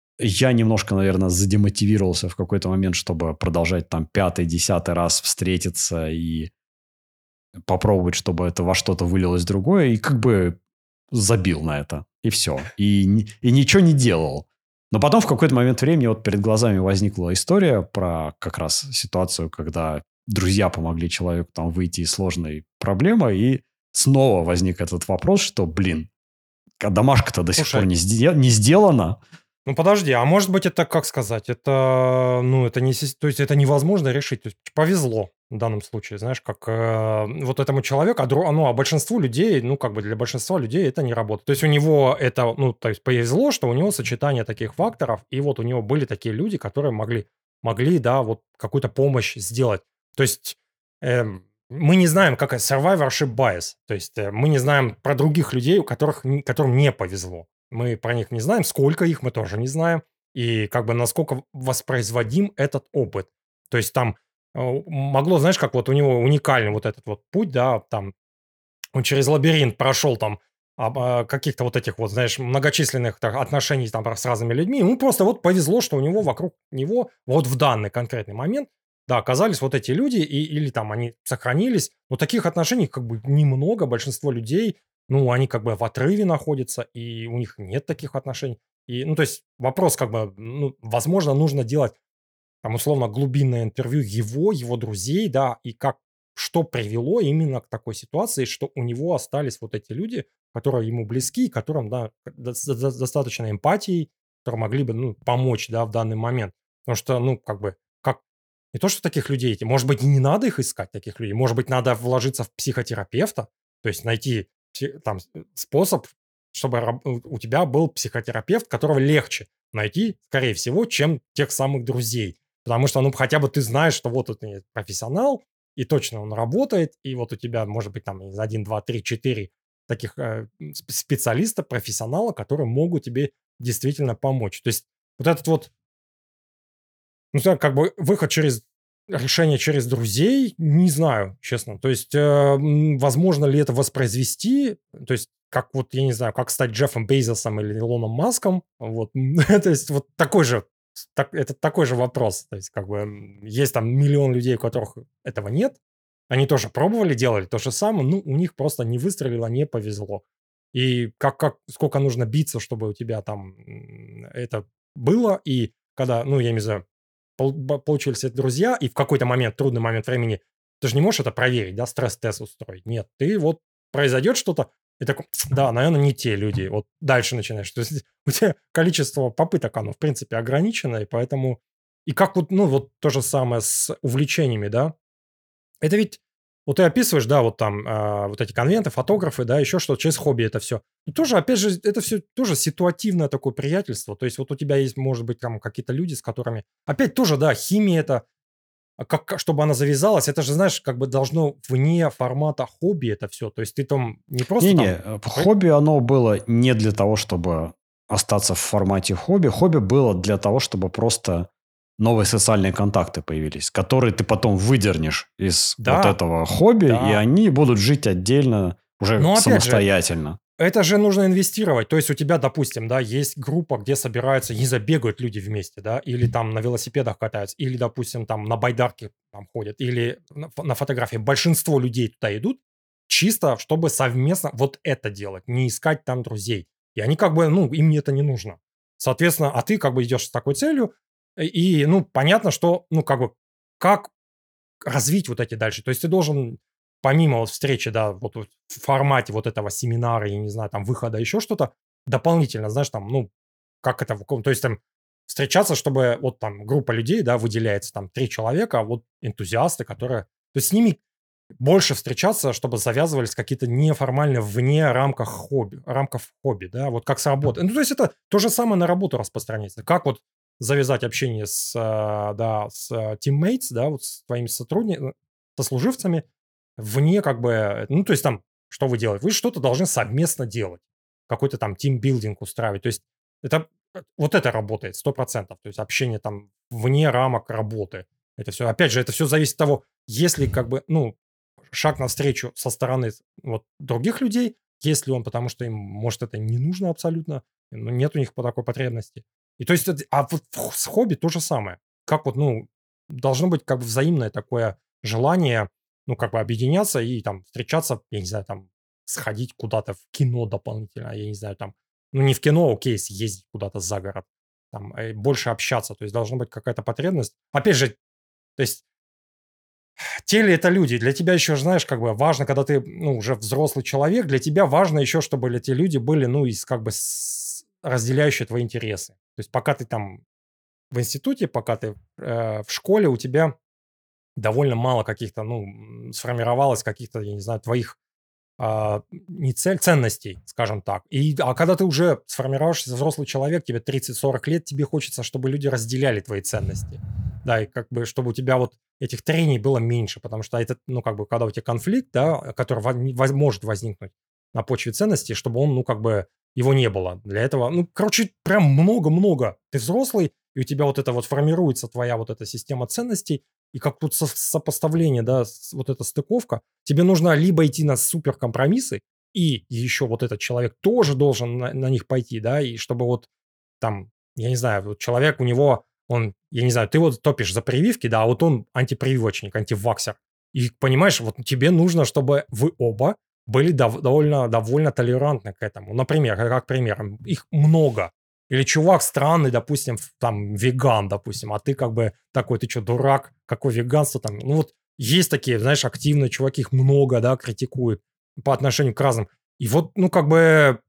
Я немножко, наверное, задемотивировался в какой-то момент, чтобы продолжать там пятый, десятый раз встретиться и попробовать, чтобы это во что-то вылилось другое, и как бы забил на это, и все. И, ни- и ничего не делал. Но потом в какой-то момент времени вот перед глазами возникла история про как раз ситуацию, когда друзья помогли человеку там выйти из сложной проблемы, и снова возник этот вопрос, что, блин, а домашка-то до сих пор слушай, не, сде- не сделана. ну подожди, а может быть это, как сказать, это, ну, это не, сис- то есть это невозможно решить, то есть повезло в данном случае, знаешь, как э, вот этому человеку, а, дру- ну, а большинству людей, ну, как бы для большинства людей это не работает. То есть у него это, ну, то есть повезло, что у него сочетание таких факторов, и вот у него были такие люди, которые могли, могли, да, вот какую-то помощь сделать. То есть эм, мы не знаем, как это survivorship bias, то есть э, мы не знаем про других людей, у которых, н- которым не повезло. Мы про них не знаем, сколько их мы тоже не знаем, и как бы насколько воспроизводим этот опыт. То есть там э, могло, знаешь, как вот у него уникальный вот этот вот путь, да, там он через лабиринт прошел там об, а, каких-то вот этих вот, знаешь, многочисленных так, отношений там с разными людьми. Ему просто вот повезло, что у него вокруг него вот в данный конкретный момент, да, оказались вот эти люди, и, или там они сохранились. Но таких отношений как бы немного, большинство людей, ну, они как бы в отрыве находятся, и у них нет таких отношений. И, ну, то есть вопрос как бы, ну, возможно, нужно делать там, условно, глубинное интервью его, его друзей, да, и как, что привело именно к такой ситуации, что у него остались вот эти люди, которые ему близки, которым, да, до- до- достаточно эмпатии, которые могли бы, ну, помочь, да, в данный момент. Потому что, ну, как бы, как, не то, что таких людей, эти, может быть, и не надо их искать, таких людей, может быть, надо вложиться в психотерапевта, то есть найти пси- там с- способ, чтобы раб- у у тебя был психотерапевт, которого легче найти, скорее всего, чем тех самых друзей. Потому что, ну, хотя бы ты знаешь, что вот это профессионал, и точно он работает, и вот у тебя, может быть, там из один, два, три, четыре таких э, сп- специалиста, профессионала, которые могут тебе действительно помочь. То есть вот этот вот, ну, знаю, как бы выход через решение через друзей, не знаю, честно. То есть, э, м, возможно ли это воспроизвести, то есть, как вот, я не знаю, как стать Джеффом Бейзосом или Илоном Маском, вот, то есть, вот такой же, с- так- это такой же вопрос, то есть, как бы, м, есть там миллион людей, у которых этого нет, они тоже пробовали, делали то же самое, ну, у них просто не выстрелило, не повезло. И как, как, сколько нужно биться, чтобы у тебя там м, это было, и когда, ну, я не знаю, пол- б- получились это друзья, и в какой-то момент, трудный момент времени, ты же не можешь это проверить, да, стресс-тест устроить. Нет, ты вот произойдет что-то, и такой, да, наверное, не те люди. Вот дальше начинаешь. То есть у тебя количество попыток, оно, в принципе, ограничено, и поэтому... И как вот, ну, вот то же самое с увлечениями, да, это ведь вот ты описываешь, да, вот там а, вот эти конвенты, фотографы, да, еще что-то, через хобби это все. И тоже, опять же, это все тоже ситуативное такое приятельство. То есть вот у тебя есть, может быть, там какие-то люди, с которыми... Опять тоже, да, химия это, а как, как- чтобы она завязалась, это же, знаешь, как бы должно вне формата хобби это все. То есть ты там не просто Не-не, там... э, про- хобби, оно было не для того, чтобы остаться в формате хобби. Хобби было для того, чтобы просто новые социальные контакты появились, которые ты потом выдернешь из вот Да, этого хобби, и да. они будут жить отдельно, уже Но опять же, самостоятельно. это же нужно инвестировать. То есть у тебя, допустим, да, есть группа, где собираются, не забегают люди вместе, да, или там на велосипедах катаются, или, допустим, там на байдарке там ходят, или на, фо- на фотографии. Большинство людей туда идут чисто, чтобы совместно вот это делать, не искать там друзей. И они как бы, ну, им это не нужно. Соответственно, а ты как бы идешь с такой целью, И, ну, понятно, что, ну, как бы, как развить вот эти дальше. То есть ты должен помимо вот встречи, да, вот вот в формате вот этого семинара, я не знаю, там, выхода, еще что-то, дополнительно, знаешь, там, ну, как это, в каком, то есть там встречаться, чтобы вот там группа людей, да, выделяется, там, три человека, а вот энтузиасты, которые, то есть с ними больше встречаться, чтобы завязывались какие-то неформальные вне рамках хобби, рамков хобби, да, вот как с работы. Ну, то есть это то же самое на работу распространяется. Как вот завязать общение с, а, да, с а, teammates, да, вот с твоими сотрудниками, сослуживцами вне как бы, э, ну, то есть там, что вы делаете? Вы что-то должны совместно делать, какой-то там тимбилдинг устраивать. То есть это э, вот это работает сто процентов. То есть общение там вне рамок работы. Это все, опять же, это все зависит от того, если как бы, ну, шаг навстречу со стороны вот других людей, есть ли он, потому что им, может, это не нужно абсолютно, ну, нет у них по такой потребности. И то есть, это- а вот в- с хобби то же самое. Как вот, ну, должно быть как бы взаимное такое желание, ну, как бы объединяться и там встречаться, я не знаю, там, сходить куда-то в кино дополнительно, я не знаю, там, ну, не в кино, окей, съездить куда-то за город, там, э, больше общаться, то есть должна быть какая-то потребность. Опять же, то есть теле это люди. Для тебя еще, знаешь, как бы важно, когда ты, ну, уже взрослый человек, для тебя важно еще, чтобы эти люди были, ну, из как бы с разделяющие твои интересы. То есть пока ты там в институте, пока ты, э, в школе, у тебя довольно мало каких-то, ну, м, сформировалось каких-то, я не знаю, твоих а, не цель, ценностей, скажем так. И, а когда ты уже сформировавшийся взрослый человек, тебе тридцать сорок лет, тебе хочется, чтобы люди разделяли твои ценности. Да, и как бы, чтобы у тебя вот этих трений было меньше, потому что это, ну, как бы, когда у тебя конфликт, да, который во- не- воз- может возникнуть на почве ценностей, чтобы он, ну, как бы, его не было. Для этого, ну, короче, прям много-много. Ты взрослый, и у тебя вот это вот формируется твоя вот эта система ценностей, и как тут со- сопоставление, да, с- вот эта стыковка, тебе нужно либо идти на суперкомпромиссы, и еще вот этот человек тоже должен на, на них пойти, да, и чтобы вот там, я не знаю, вот человек, у него, он, я не знаю, ты вот топишь за прививки, да, а вот он антипрививочник, антиваксер. И понимаешь, вот тебе нужно, чтобы вы оба были дов- довольно, довольно толерантны к этому. Например, как как пример, их много. Или чувак странный, допустим, в- там, веган, допустим, а ты как бы такой, ты что, дурак, какое веганство там? Ну вот есть такие, знаешь, активные чуваки, их много, да, критикуют по отношению к разным. И вот, ну, как бы,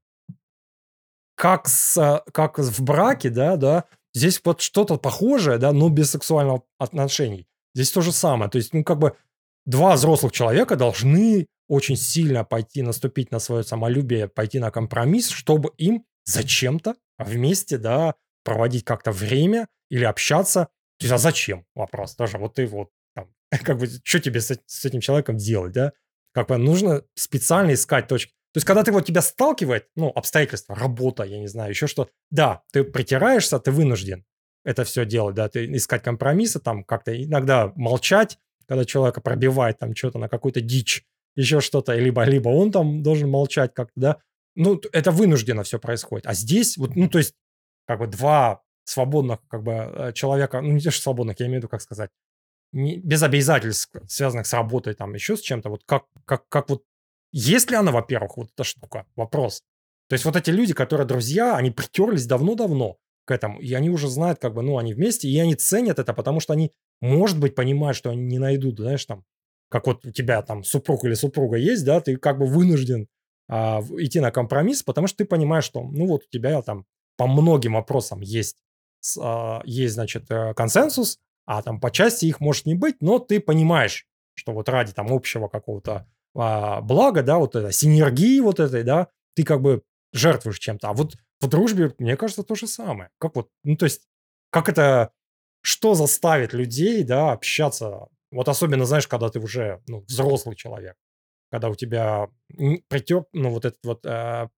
как, с, как в браке, да, да, здесь вот что-то похожее, да, но без сексуальных отношений. Здесь то же самое. То есть, ну, как бы, два взрослых человека должны очень сильно пойти, наступить на свое самолюбие, пойти на компромисс, чтобы им зачем-то вместе, да, проводить как-то время или общаться. То есть, а зачем? Вопрос тоже. Вот ты вот там, как бы, что тебе с, эт- с этим человеком делать, да? Как бы нужно специально искать точки. То есть, когда ты вот тебя сталкивает, ну, обстоятельства, работа, я не знаю, еще что, да, ты притираешься, ты вынужден это все делать, да, ты искать компромиссы, там как-то иногда молчать, когда человека пробивает там что-то на какую-то дичь, еще что-то, либо, либо он там должен молчать как-то, да. Ну, т- это вынужденно все происходит. А здесь вот, ну, то есть, как бы два свободных, как бы, э, человека, ну, не те, что свободных, я имею в виду, как сказать, не, без обязательств, связанных с работой, там, еще с чем-то, вот как, как, как вот, есть ли она, во-первых, вот эта штука? Вопрос. То есть вот эти люди, которые друзья, они притерлись давно-давно к этому, и они уже знают, как бы, ну, они вместе, и они ценят это, потому что они, может быть, понимают, что они не найдут, знаешь, там, как вот у тебя там супруг или супруга есть, да, ты как бы вынужден а, в- идти на компромисс, потому что ты понимаешь, что, ну, вот у тебя там по многим вопросам есть, с- а, есть, значит, э, консенсус, а там по части их может не быть, но ты понимаешь, что вот ради там общего какого-то а, блага, да, вот это, синергии вот этой, да, ты как бы жертвуешь чем-то. А вот в дружбе, мне кажется, то же самое. Как вот, ну, то есть, как это, что заставит людей, да, общаться? Вот особенно, знаешь, когда ты уже, ну, взрослый человек, когда у тебя м, притер, ну, вот этот вот а,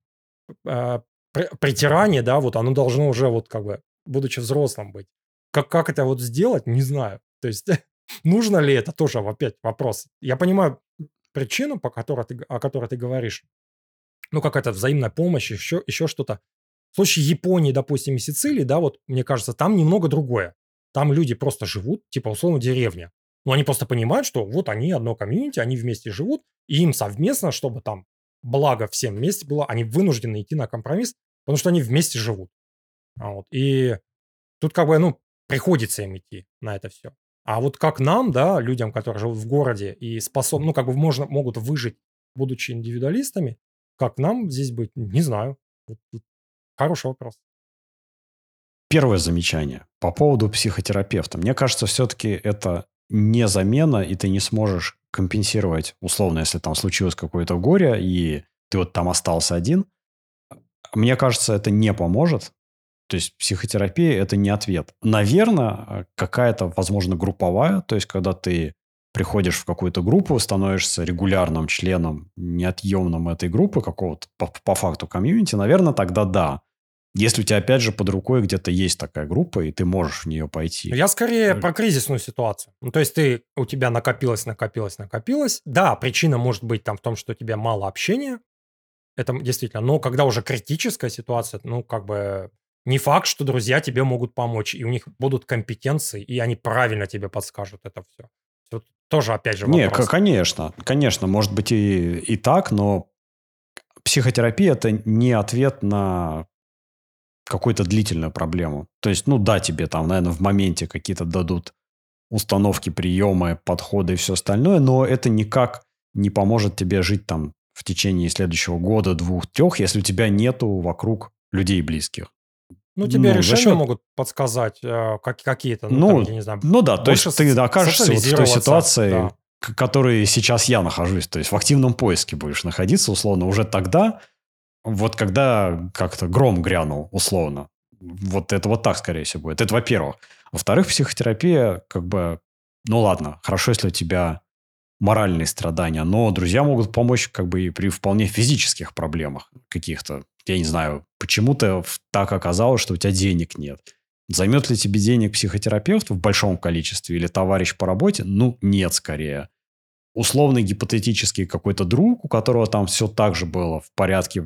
а, при- притирание, да, вот оно должно уже вот как бы, будучи взрослым быть. Как, как это вот сделать, не знаю. То есть нужно ли это, тоже опять вопрос. Я понимаю причину, по которой ты, г- о которой ты говоришь. Ну, какая-то взаимная помощь, еще, еще что-то. В случае Японии, допустим, и Сицилии, да, вот мне кажется, там немного другое. Там люди просто живут, типа условно деревня. Но они просто понимают, что вот они одно комьюнити, они вместе живут, и им совместно, чтобы там благо всем вместе было, они вынуждены идти на компромисс, потому что они вместе живут. А вот. И тут как бы, ну, приходится им идти на это все. А вот как нам, да, людям, которые живут в городе и способны, ну, как бы можно, могут выжить, будучи индивидуалистами, как нам здесь быть? Не знаю. Вот тут хороший вопрос. Первое замечание по поводу психотерапевта. Мне кажется, все-таки это не замена, и ты не сможешь компенсировать, условно, если там случилось какое-то горе, и ты вот там остался один. Мне кажется, это не поможет. То есть психотерапия – это не ответ. Наверное, какая-то, возможно, групповая, то есть когда ты приходишь в какую-то группу, становишься регулярным членом, неотъемным этой группы, какого-то по, по факту комьюнити, наверное, тогда да. Если у тебя, опять же, под рукой где-то есть такая группа, и ты можешь в нее пойти. Я скорее про кризисную ситуацию. Ну, то есть ты, у тебя накопилось, накопилось, накопилось. Да, причина может быть там в том, что у тебя мало общения. Это действительно. Но когда уже критическая ситуация, ну, как бы не факт, что друзья тебе могут помочь. И у них будут компетенции, и они правильно тебе подскажут это все. Тут тоже, опять же, Не, вопрос. к- конечно, конечно, может быть и, и так, но психотерапия – это не ответ на какую-то длительную проблему. То есть, ну да, тебе там, наверное, в моменте какие-то дадут установки, приемы, подходы и все остальное, но это никак не поможет тебе жить там в течение следующего года, двух, трех, если у тебя нету вокруг людей близких. Ну, тебе Ну, за решения счет... могут подсказать э, как, какие-то, ну, там, Ну, я не знаю, ну да, то больше есть ты соци- окажешься вот в той социализироваться, ситуации, да. к которой сейчас я нахожусь, то есть в активном поиске будешь находиться, условно, уже тогда, вот когда как-то гром грянул, условно. Вот это вот так, скорее всего, будет. Это во-первых. Во-вторых, психотерапия, как бы, ну ладно, хорошо, если у тебя моральные страдания, но друзья могут помочь как бы и при вполне физических проблемах каких-то. Я не знаю, почему-то в- так оказалось, что у тебя денег нет. Займет ли тебе денег психотерапевт в большом количестве или товарищ по работе? Ну, нет, скорее. Условный гипотетический какой-то друг, у которого там все так же было в порядке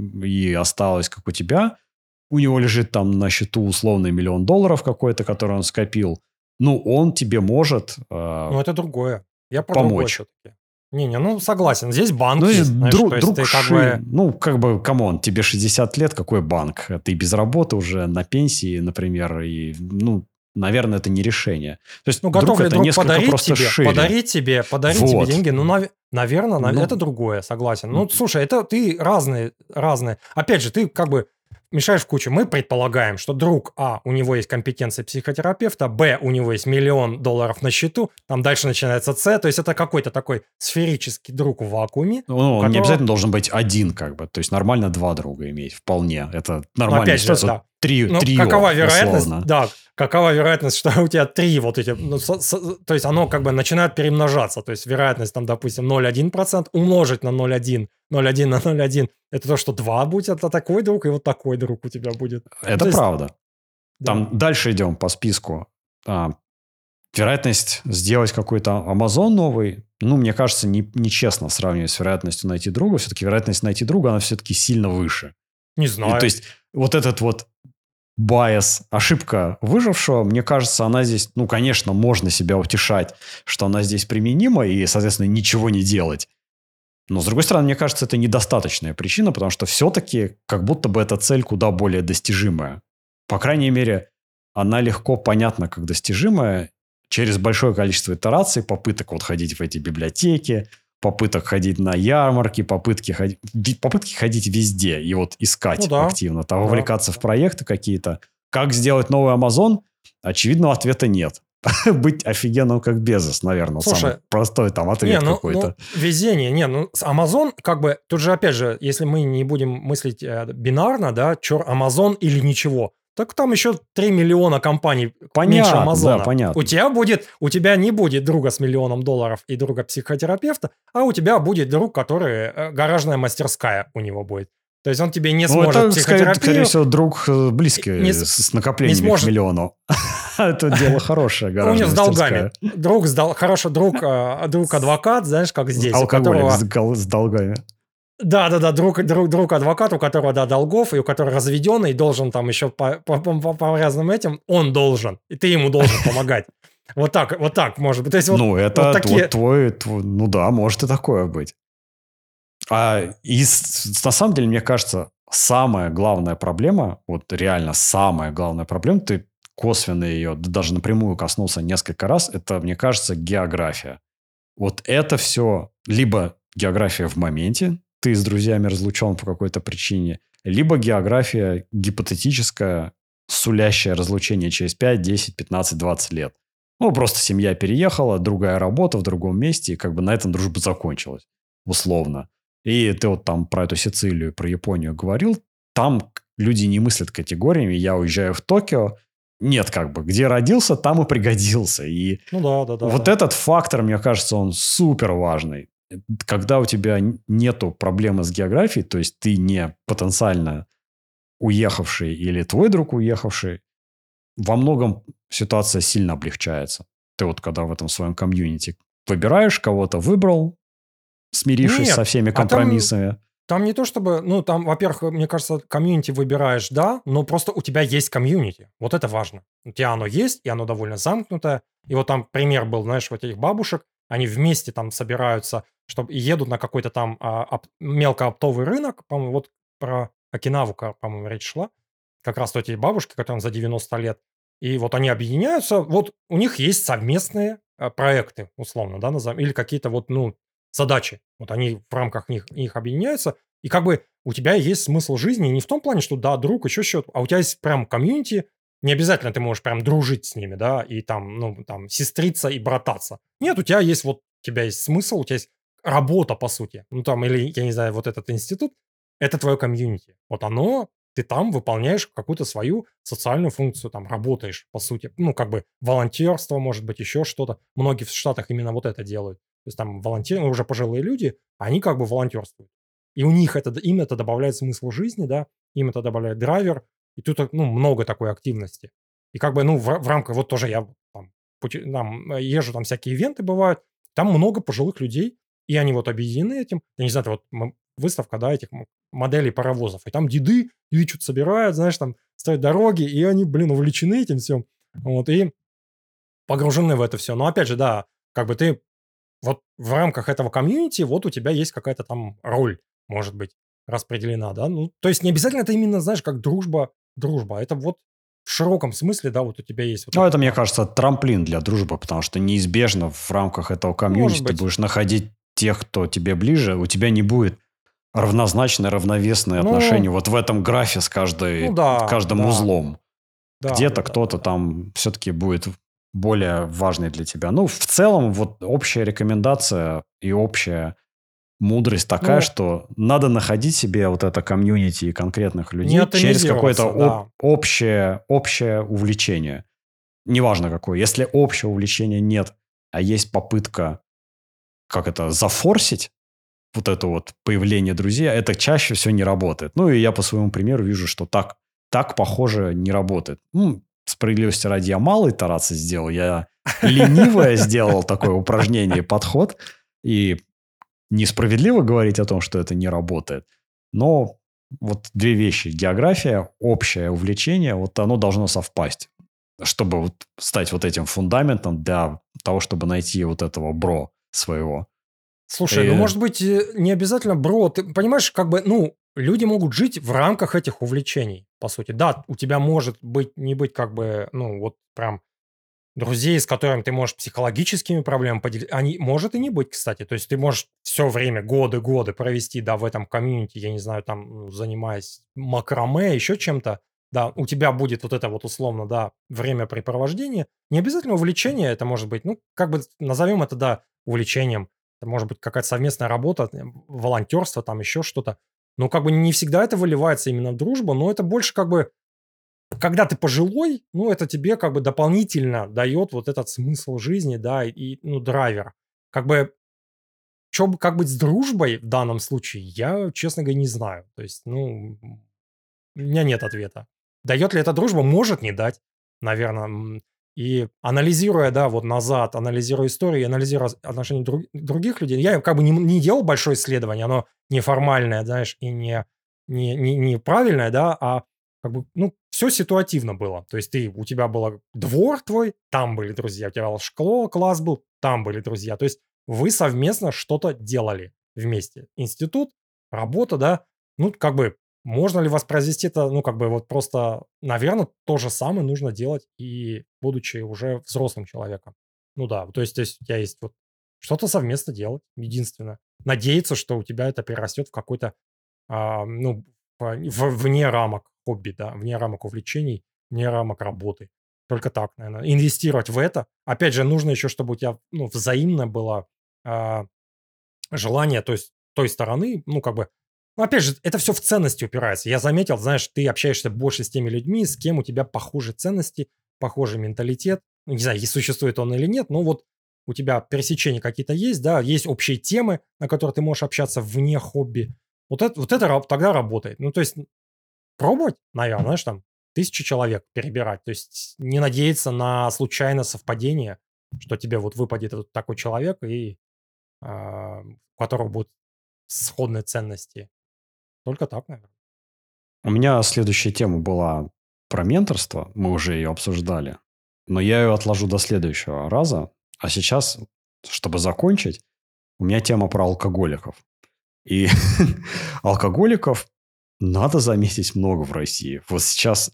и осталось, как у тебя, у него лежит там на счету условный миллион долларов какой-то, который он скопил, ну, он тебе может э, Но это другое. Я про другое помочь. все-таки. Не-не, ну согласен. Здесь банк Ну, есть, если знаешь, друг, то есть друг ты как ши, бы... ну, как бы, камон, тебе шестьдесят лет, какой банк? Ты без работы уже, на пенсии, например, и, ну, наверное, это не решение. То есть Ну, друг готов ли это друг несколько подарить просто тебе, шире. подарить тебе, подарить тебе Вот. деньги? Ну, нав- наверное, Ну, это другое, согласен. Ну, м, слушай, это ты разные, разные. Опять же, ты как бы мешаешь в кучу. Мы предполагаем, что друг А, у него есть компетенции психотерапевта, Б, у него есть миллион долларов на счету, там дальше начинается С, то есть это какой-то такой сферический друг в вакууме, ну, у он не которого... обязательно должен быть один, как бы. То есть нормально два друга иметь, вполне. Это Ну, нормальная опять же, ситуация. Вот да. Три, Ну, трио, какова вероятность, условно. да, какова вероятность, что у тебя три вот эти, ну, со- со- то есть оно как бы начинает перемножаться, то есть вероятность там, допустим, ноль целых одна десятая процента умножить на ноль целых одна, ноль целых одна на ноль целых одна, это то, что два будет, это такой друг, и вот такой друг у тебя будет. Ну, Это то есть, правда. да. Там дальше идем по списку. А, вероятность сделать какой-то Amazon новый, ну, мне кажется, не, нечестно сравнивать с вероятностью найти друга. Все-таки вероятность найти друга, она все-таки сильно выше. Не И, знаю. то есть вот этот вот байс, ошибка выжившего, мне кажется, она здесь, ну, конечно, можно себя утешать, что она здесь применима и, соответственно, ничего не делать. Но, с другой стороны, мне кажется, это недостаточная причина, потому что все-таки как будто бы эта цель куда более достижимая. По крайней мере, она легко понятна как достижимая через большое количество итераций, попыток вот ходить в эти библиотеки, попыток ходить на ярмарки, попытки ходить, попытки ходить везде и вот искать Ну да, активно, там, да. вовлекаться в проекты какие-то. Как сделать новый Amazon? Очевидного ответа нет. Быть офигенным как Безос, наверное, Слушай, самый простой там Не, ответ ну, какой-то. ну, везение, не, ну, с Amazon, как бы, тут же, опять же, если мы не будем мыслить э, бинарно, да, чё, Amazon или ничего, так там еще три миллиона компаний меньше Понятно, Амазона. да, понятно. У тебя будет, у тебя не будет друга с миллионом долларов и друга психотерапевта, а у тебя будет друг, который, э, гаражная мастерская у него будет. То есть он тебе не Ну, сможет это, скорее, психотерапию... скорее всего, друг э, близкий не с, с- с накоплениями не сможет- к миллиону. Это дело хорошее, Ну, у него гаражная с долгами. мастерская. Друг с дол... Хорошо, друг, э, друг адвокат, знаешь, как здесь, у Алкоголик которого... с, гол- с долгами. Да, да, да, друг, друг, друг адвокат, у которого, да, долгов, и у которого разведенный, должен там еще по, по, по, по- по разным этим, он должен, и ты ему должен помогать. Вот так, вот так, может быть. То есть вот, Ну, это вот такие... вот твой, твой- ну да, может и такое быть. А и с- на самом деле, мне кажется, самая главная проблема, вот реально самая главная проблема, ты косвенно ее, да даже напрямую коснулся несколько раз, это, мне кажется, география. Вот это все либо география в моменте, ты с друзьями разлучен по какой-то причине, либо география гипотетическая, сулящая разлучение через пять, десять, пятнадцать, двадцать лет. Ну, просто семья переехала, другая работа в другом месте, и как бы на этом дружба закончилась, условно. И ты вот там про эту Сицилию, про Японию говорил, там люди не мыслят категориями. Я уезжаю в Токио, нет, как бы, где родился, там и пригодился. И Ну да, да, да, вот да. этот фактор, мне кажется, он супер важный. Когда у тебя нету проблемы с географией, то есть ты не потенциально уехавший или твой друг уехавший, во многом ситуация сильно облегчается. Ты вот когда в этом своем комьюнити выбираешь кого-то, выбрал, смирившись со Нет, всеми а там компромиссами. Там не то чтобы, ну, там, во-первых, мне кажется, комьюнити выбираешь, да, но просто у тебя есть комьюнити. Вот это важно. У тебя оно есть, и оно довольно замкнутое. И вот там пример был, знаешь, вот этих бабушек, они вместе там собираются, чтобы и едут на какой-то там а, оп- мелкооптовый рынок, по-моему, вот про Окинаву, ка- по-моему, речь шла. Как раз вот эти бабушки, которым за девяносто лет. И вот они объединяются, вот у них есть совместные а, проекты, условно, да, назовем, или какие-то вот, ну, задачи. Вот они в рамках них, их объединяются, и как бы у тебя есть смысл жизни не в том плане, что да, друг, еще что-то, а у тебя есть прям комьюнити, не обязательно ты можешь прям дружить с ними, да, и там, ну, там, сестриться и брататься. Нет, у тебя есть вот, у тебя есть смысл, у тебя есть работа, по сути. Ну, там, или, я не знаю, вот этот институт, это твое комьюнити. Вот оно, ты там выполняешь какую-то свою социальную функцию, там, работаешь, по сути. Ну, как бы волонтерство, может быть, еще что-то. Многие в Штатах именно вот это делают. То есть там волонтеры, ну, уже пожилые люди, они как бы волонтерствуют. И у них это, им это добавляет смысл жизни, да, им это добавляет драйвер, и тут, ну, много такой активности. И как бы, ну, в, в рамках, вот тоже я там, пути, там э, езжу, там всякие ивенты бывают, там много пожилых людей, и они вот объединены этим. Я не знаю, это вот м- выставка, да, этих м- моделей паровозов, и там деды, и что-то собирают, знаешь, там строят дороги, и они, блин, увлечены этим всем. Вот, и погружены в это все. Но опять же, да, как бы ты вот в рамках этого комьюнити вот у тебя есть какая-то там роль, может быть, распределена, да. Ну, то есть не обязательно это именно, знаешь, как дружба, дружба. Это вот в широком смысле, да, вот у тебя есть вот Ну, это, это, мне да. кажется, трамплин для дружбы, потому что неизбежно в рамках этого комьюнити Может ты быть. будешь находить тех, кто тебе ближе. У тебя не будет равнозначные, равновесные отношения Ну, вот в этом графе с ну каждой, да, каждым да, узлом. да, да, Где-то да, да, кто-то да. там все-таки будет более важный для тебя. Ну, в целом, вот общая рекомендация и общая мудрость такая, Ну, что надо находить себе вот это комьюнити конкретных не людей через какое-то атомизироваться, об- да. общее, общее увлечение. Неважно какое. Если общего увлечения нет, а есть попытка, как это, зафорсить вот это вот появление друзей, это чаще всего не работает. Ну, и я по своему примеру вижу, что так, так похоже, не работает. Ну, справедливости ради, я малый тараться сделал, я ленивое сделал такое упражнение, подход, и несправедливо говорить о том, что это не работает. Но вот две вещи. География, общее увлечение, вот оно должно совпасть, чтобы вот стать вот этим фундаментом для того, чтобы найти вот этого бро своего. Слушай, ну, И может быть, э, не обязательно, бро. Ты понимаешь, как бы, ну, люди могут жить в рамках этих увлечений, по сути. Да, у тебя может быть, не быть, как бы, ну, вот прям друзей, с которыми ты можешь психологическими проблемами поделиться. Они может и не быть, кстати. То есть ты можешь все время, годы-годы провести, да, в этом комьюнити, я не знаю, там, ну, занимаясь макраме, еще чем-то. Да, у тебя будет вот это вот условно, да, времяпрепровождение. Не обязательно увлечение, это может быть, ну, как бы назовем это, да, увлечением. Это может быть какая-то совместная работа, э, волонтерство, там еще что-то. Но как бы не всегда это выливается именно в дружбу, но это больше как бы когда ты пожилой, ну, это тебе как бы дополнительно дает вот этот смысл жизни, да, и, ну, драйвер. Как бы, чё бы, как быть с дружбой в данном случае, я, честно говоря, не знаю. То есть, ну, у меня нет ответа. Дает ли эта дружба? Может не дать, наверное. И анализируя, да, вот назад, анализируя историю, анализируя отношения друг- других людей, я как бы не, не делал большое исследование, оно неформальное, знаешь, и не, не, не, не правильное, да, а как бы, ну, все ситуативно было. То есть ты, у тебя был двор твой, там были друзья, у тебя школа, класс был, там были друзья. То есть вы совместно что-то делали вместе. Институт, работа, да, ну, как бы Можно ли воспроизвести это, ну, как бы вот просто, наверно, то же самое нужно делать и будучи уже взрослым человеком. Ну да, то есть то есть у тебя есть вот что-то совместно делать, единственное. Надеяться, что у тебя это перерастет в какой-то, а, ну, в в вне рамок хобби, да, вне рамок увлечений, вне рамок работы. Только так, наверно. Инвестировать в это. Опять же, нужно еще, чтобы у тебя, ну, взаимно было, а, желание, то есть той стороны, ну, как бы, ну, опять же, это все в ценности упирается. Я заметил, знаешь, ты общаешься больше с теми людьми, с кем у тебя похожие ценности, похожий менталитет. Ну, не знаю, и существует он или нет, но вот у тебя пересечения какие-то есть, да, есть общие темы, на которые ты можешь общаться вне хобби. Вот это, вот это ра- тогда работает. Ну, то есть пробовать, наверно, знаешь, там тысячу человек перебирать. То есть не надеяться на случайное совпадение, что тебе вот выпадет вот такой человек, и а, у которого будут сходные ценности. Только так, наверно. У меня следующая тема была про менторство. Мы уже ее обсуждали. Но я ее отложу до следующего раза. А сейчас, чтобы закончить, у меня тема про алкоголиков. И алкоголиков, надо заметить, много в России. Вот сейчас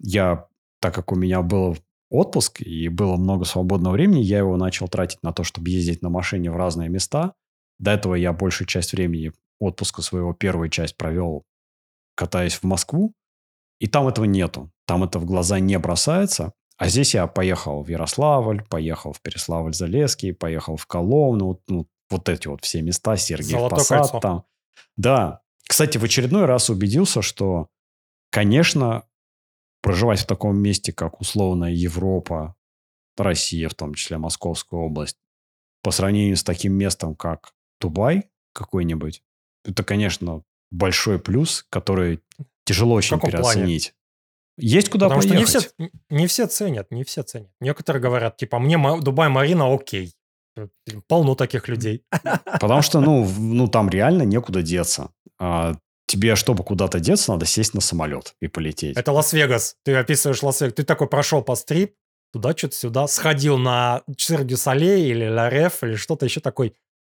я, так как у меня был отпуск и было много свободного времени, я его начал тратить на то, чтобы ездить на машине в разные места. До этого я большую часть времени отпуска своего, первую часть провел, катаясь в Москву. И там этого нету. Там это в глаза не бросается. А здесь я поехал в Ярославль, поехал в Переславль-Залесский, поехал в Коломну. Вот, ну, вот эти вот все места, Сергиев Золотое Посад кольцо. там. Да. Кстати, в очередной раз убедился, что, конечно, проживать в таком месте, как условная Европа, Россия, в том числе Московская область, по сравнению с таким местом, как Дубай какой-нибудь, это, конечно, большой плюс, который тяжело В очень каком плане? переоценить. Есть куда Потому что не все поехать. н не все ценят, не все ценят. Некоторые говорят, типа: "Мне ма Дубай-Марина окей". Э, полно таких людей. Потому что, ну, в- ну, там реально некуда деться. А тебе, чтобы куда-то деться, надо сесть на самолет и полететь. Это Лас-Вегас. Ты описываешь Лас-Вегас. Ты такой прошел по стрип, туда что то сюда, сходил на Цирк дю Солей или Ля Реф, или что-то еще такой.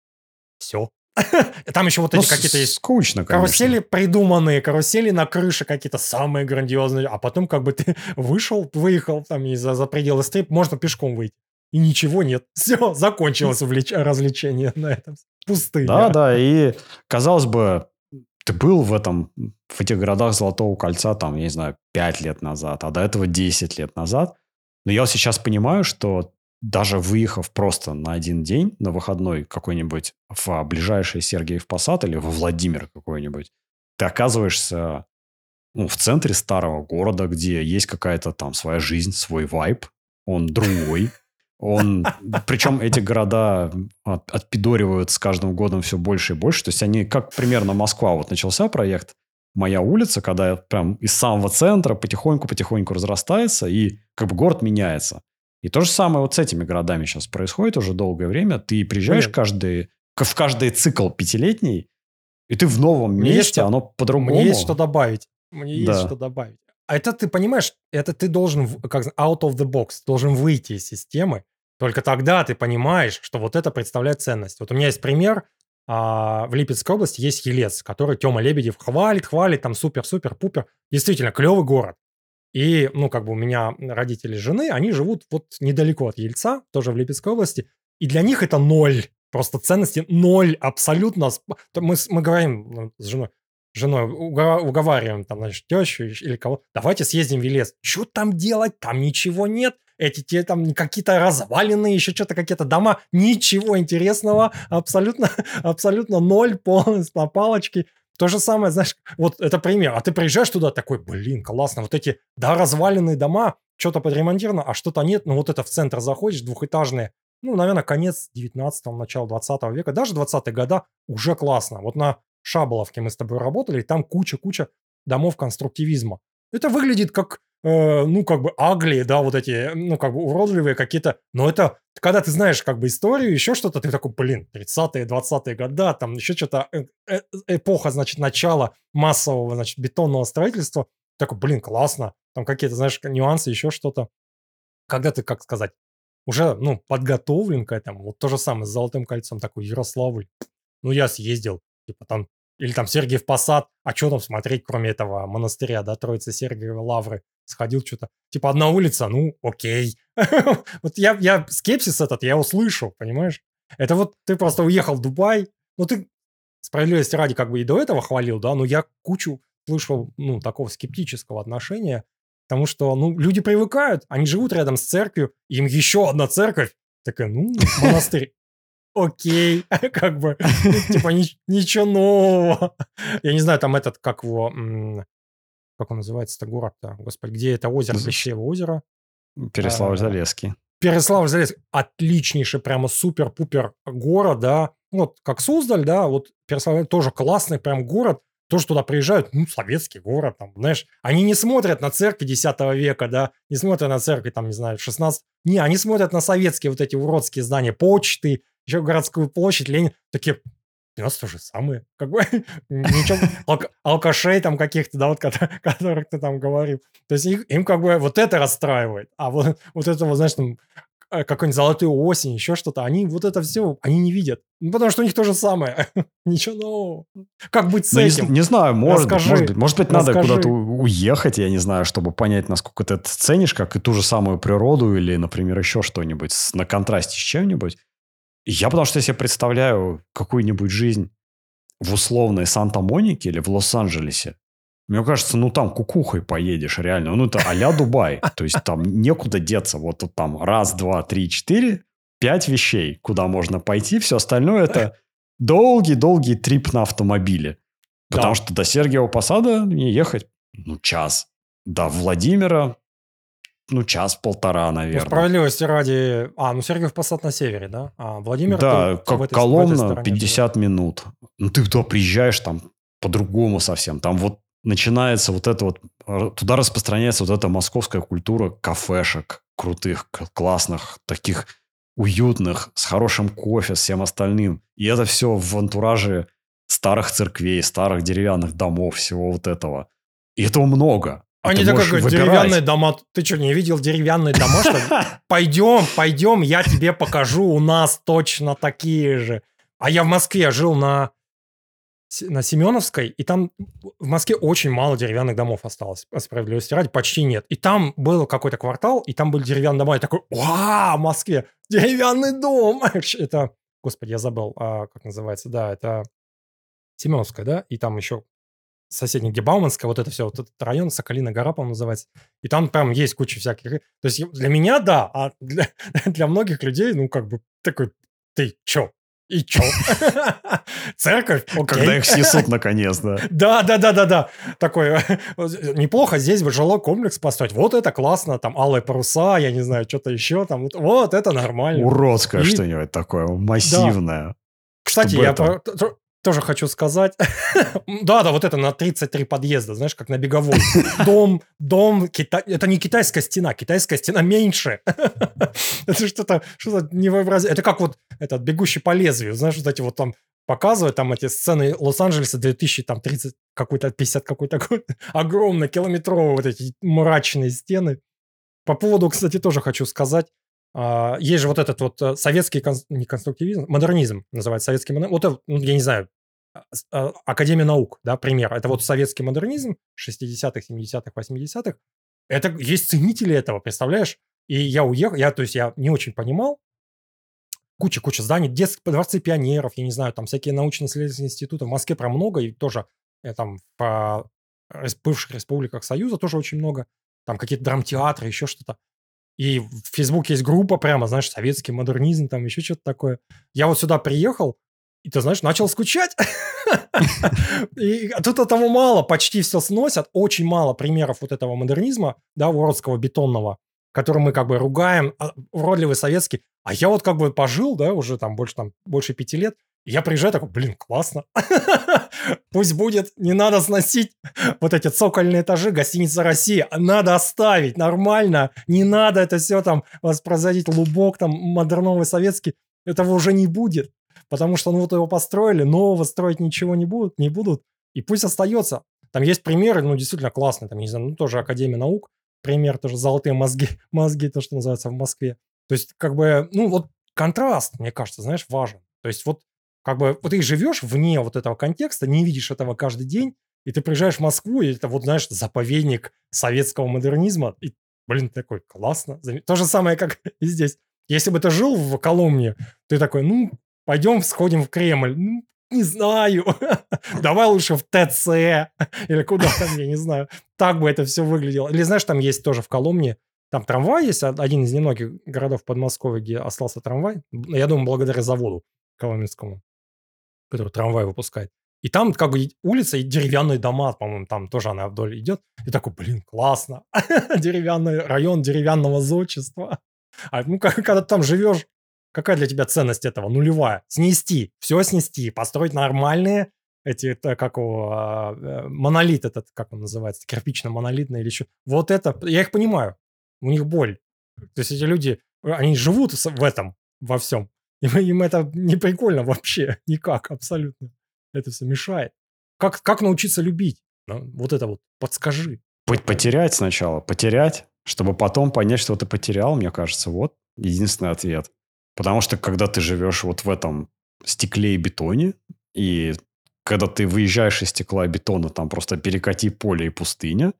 Все. Там еще вот Ну, эти с- какие-то есть скучно, карусели конечно. придуманные, карусели на крыше какие-то самые грандиозные, а потом как бы ты вышел, выехал там и за, за пределы стрип, можно пешком выйти. И ничего нет. Все, закончилось увлеч- развлечение на этом. Да, Пустыня. да, и казалось бы, ты был в этом, в этих городах Золотого Кольца, там, я не знаю, пять лет назад, а до этого десять лет назад. Но я вот сейчас понимаю, что даже выехав просто на один день, на выходной какой-нибудь в ближайший Сергиев Посад или во Владимир какой-нибудь, ты оказываешься, ну, в центре старого города, где есть какая-то там своя жизнь, свой вайб, он другой. Он, причем эти города от- отпидоривают с каждым годом все больше и больше. То есть они, как примерно Москва, вот начался проект «Моя улица», когда прям из самого центра потихоньку-потихоньку разрастается, и как бы город меняется. И то же самое вот с этими городами сейчас происходит уже долгое время. Ты приезжаешь Блин, каждый, в каждый цикл пятилетний, и ты в новом мне есть месте, что, оно мне есть что по-другому. добавить. Мне есть что Да. добавить. А это ты понимаешь, это ты должен, в- как зна- out of the box, должен выйти из системы. Только тогда ты понимаешь, что вот это представляет ценность. Вот у меня есть пример. а, в Липецкой области есть Елец, который Тёма Лебедев хвалит, хвалит, там супер-супер-пупер. Действительно, клевый город. И, ну, как бы у меня родители жены, они живут вот недалеко от Ельца, тоже в Липецкой области, и для них это ноль, просто ценности ноль, абсолютно. Сп- то Мы, с- мы говорим ну, с женой, женой уга- уговариваем, там, значит, тещу или кого, давайте съездим в Елец. Что там делать? Там ничего нет. Эти те там какие-то развалины, еще что-то какие-то дома, ничего интересного, абсолютно, абсолютно ноль, полностью по палочке. То же самое, знаешь, вот это пример. А ты приезжаешь туда такой, блин, классно, вот эти, да, разваленные дома, что-то подремонтировано, а что-то нет. Ну вот это в центр заходишь, двухэтажные, ну, наверное, конец девятнадцатого, начало двадцатого века, даже двадцатые года уже классно. Вот на Шаболовке мы с тобой работали, и там куча-куча домов конструктивизма. Это выглядит как, э, ну, как бы агли, да, вот эти, ну, как бы уродливые какие-то, но это, когда ты знаешь, как бы, историю, еще что-то, ты такой, блин, тридцатые, двадцатые года, там еще что-то, э, э, эпоха, значит, начала массового, значит, бетонного строительства, такой, блин, классно, там какие-то, знаешь, нюансы, еще что-то. Когда ты, как сказать, уже, ну, подготовлен к этому, вот то же самое с Золотым кольцом, такой Ярославль, ну, я съездил, типа, там Или там Сергиев Посад, а что там смотреть, кроме этого монастыря, да, Троицы Сергиевой Лавры? Сходил что-то. Типа одна улица, ну, окей. Вот я, я скепсис этот, я услышу, понимаешь? Это вот ты просто уехал в Дубай, ну, ты справедливости ради как бы и до этого хвалил, да, но я кучу слышал, ну, такого скептического отношения, потому что, ну, люди привыкают, они живут рядом с церковью, им еще одна церковь, такая, ну, монастырь. Окей, как бы, ну, типа, ни- ничего нового. Я не знаю, там этот, как его, м, как он называется-то, город-то, господи, где это озеро, Щ- Плещеево озеро? А, Переславль-Залесский. Переславль-Залесский, отличнейший, прямо супер-пупер город, да, вот как Суздаль, да, вот Переславль тоже классный прям город, тоже туда приезжают, ну, советский город, там, знаешь, они не смотрят на церкви десятого века, да, не смотрят на церкви, там, не знаю, шестнадцатого, не, они смотрят на советские вот эти уродские здания, почты, еще городскую площадь, Ленин, такие, у нас то же самое, как бы, ничего, алка- алкашей там каких-то, да, вот, кото- которых ты там говорил, то есть их- им как бы вот это расстраивает, а вот, вот это вот, знаешь, там, э, какой-нибудь золотую осень, еще что-то, они вот это все, они не видят, ну, потому что у них то же самое, ничего нового. Как быть с Ну, не, з- этим? не знаю, может быть, может Расскажи, быть. Может быть, надо куда-то расскажи. у- уехать, я не знаю, чтобы понять, насколько ты это ценишь, как и ту же самую природу или, например, еще что-нибудь с- на контрасте с чем-нибудь. Я потому что себе представляю какую-нибудь жизнь в условной Санта-Монике или в Лос-Анджелесе. Мне кажется, ну там кукухой поедешь реально. Ну это а-ля Дубай. То есть там некуда деться. Вот тут там раз, два, три, четыре, пять вещей, куда можно пойти. Все остальное это долгий-долгий трип на автомобиле. Потому Да, что до Сергиева Посада мне ехать, ну, час. До Владимира, ну, час-полтора, ну, наверное. справедливости ради, а, ну, Сергиев Посад на севере, да, а Владимир, ты Да, в как этой, в этой Коломна стороне живешь. пятьдесят минут. Ну, ты туда приезжаешь, там по-другому совсем. Там вот начинается вот это вот, р- туда распространяется вот эта московская культура кафешек крутых, к- классных, таких уютных, с хорошим кофе, с всем остальным. И это все в антураже старых церквей, старых деревянных домов, всего вот этого. И этого много. И ты Они такой можешь говорят, деревянные выбирать. дома. Ты что, не видел деревянные дома, что ли? Пойдем, пойдем, я тебе покажу, у нас точно такие же. А я в Москве жил на, Се- на Семеновской, и там в Москве очень мало деревянных домов осталось, по справедливости ради, почти нет. И там был какой-то квартал, и там были деревянные дома. Я такой, вау, в Москве деревянный дом. Это, господи, я забыл, а, как называется, да, это Семеновская, да, и там еще соседний, где Бауманская, вот это все, вот этот район, Соколиная гора, по-моему, называется. И там прям есть куча всяких. То есть я- для меня, да, а для, для многих людей, ну, как бы такой, ты чё? И чё? Церковь? Когда Окей. их снесут наконец-то. Да, да, да, да, да. Такой, неплохо здесь бы жилой комплекс построить. Вот это классно, там алые паруса, я не знаю, что-то еще там. Вот, вот это нормально. Уродское И что-нибудь такое, да, массивное. кстати, Чтобы я это... про- т- т- тоже хочу сказать. Да, да, вот это на тридцать три подъезда, знаешь, как на беговой. Дом, дом, кита- это не китайская стена, китайская стена меньше. Это что-то что невообразимое. Это как вот этот «Бегущий по лезвию», знаешь, вот эти вот там показывают там эти сцены Лос-Анджелеса две тысячи тридцать какой-то, пятьдесят какой-то год. Огромные, километровые вот эти мрачные стены. По поводу, кстати, тоже хочу сказать. а, Есть же вот этот вот э, советский, конс- не конструктивизм, модернизм называется советский модернизм. Вот, это, ну, я не знаю, а, с- а, Академия наук, да, пример. Это вот советский модернизм шестидесятых, семидесятых, восьмидесятых. Это есть ценители этого, представляешь? И я уехал, я, то есть я не очень понимал, куча-куча зданий, детские дворцы пионеров, я не знаю, там всякие научно-исследовательские институты. В Москве прям много, и тоже э, там по рес- бывших республиках Союза тоже очень много. Там какие-то драмтеатры, еще что-то. И в Фейсбуке есть группа прямо, знаешь, советский модернизм, там еще что-то такое. Я вот сюда приехал, и ты знаешь, начал скучать. И тут этого мало, почти все сносят. Очень мало примеров вот этого модернизма, да, уродского бетонного, который мы как бы ругаем, а, уродливый советский. А я вот как бы пожил, да, уже там больше, там, больше пяти лет, и я приезжаю такой, блин, классно. Пусть будет, не надо сносить вот эти цокольные этажи, гостиница Россия. Надо оставить, нормально. Не надо это все там воспроизводить, лубок там модерновый советский. Этого уже не будет. Потому что ну вот его построили, нового строить ничего не будут, не будут. И пусть остается. Там есть примеры, ну, действительно классные. Там, не знаю, ну, тоже Академия наук. Пример тоже золотые мозги, мозги, то, что называется в Москве. То есть, как бы, ну, вот контраст, мне кажется, знаешь, важен. То есть, вот как бы вот ты живешь вне вот этого контекста, не видишь этого каждый день, и ты приезжаешь в Москву, и это вот, знаешь, заповедник советского модернизма, и, блин, такой, классно. зам- То же самое, как и здесь. Если бы ты жил в Коломне, ты такой, ну, пойдем сходим в Кремль. Ну, не знаю. Давай лучше в ТЦ или куда там, я не знаю. Так бы это все выглядело. Или знаешь, там есть тоже в Коломне, там трамвай есть, од- один из немногих городов Подмосковья, где остался трамвай. Б- Я думаю, благодаря заводу коломенскому, который трамвай выпускает. И там как бы и улица и деревянные дома, по-моему, там тоже она вдоль идет. И такой, блин, классно. Деревянный район деревянного зодчества. А ну, как- когда ты там живешь, какая для тебя ценность этого? Нулевая. Снести. Все снести. Построить нормальные эти, это, как его, а, э, монолит этот, как он называется, кирпично-монолитный или еще. Вот это, я их понимаю. У них боль. То есть эти люди, э, они живут с- в этом, во всем. Им, им это не прикольно вообще, никак, абсолютно. Это все мешает. Как, как научиться любить? Ну, вот это вот, подскажи. П- Я прям- Потерять сначала, потерять, чтобы потом понять, что ты потерял, мне кажется, вот единственный ответ. Потому что когда ты живешь вот в этом стекле и бетоне, и когда ты выезжаешь из стекла и бетона, там просто перекати поле и пустыня,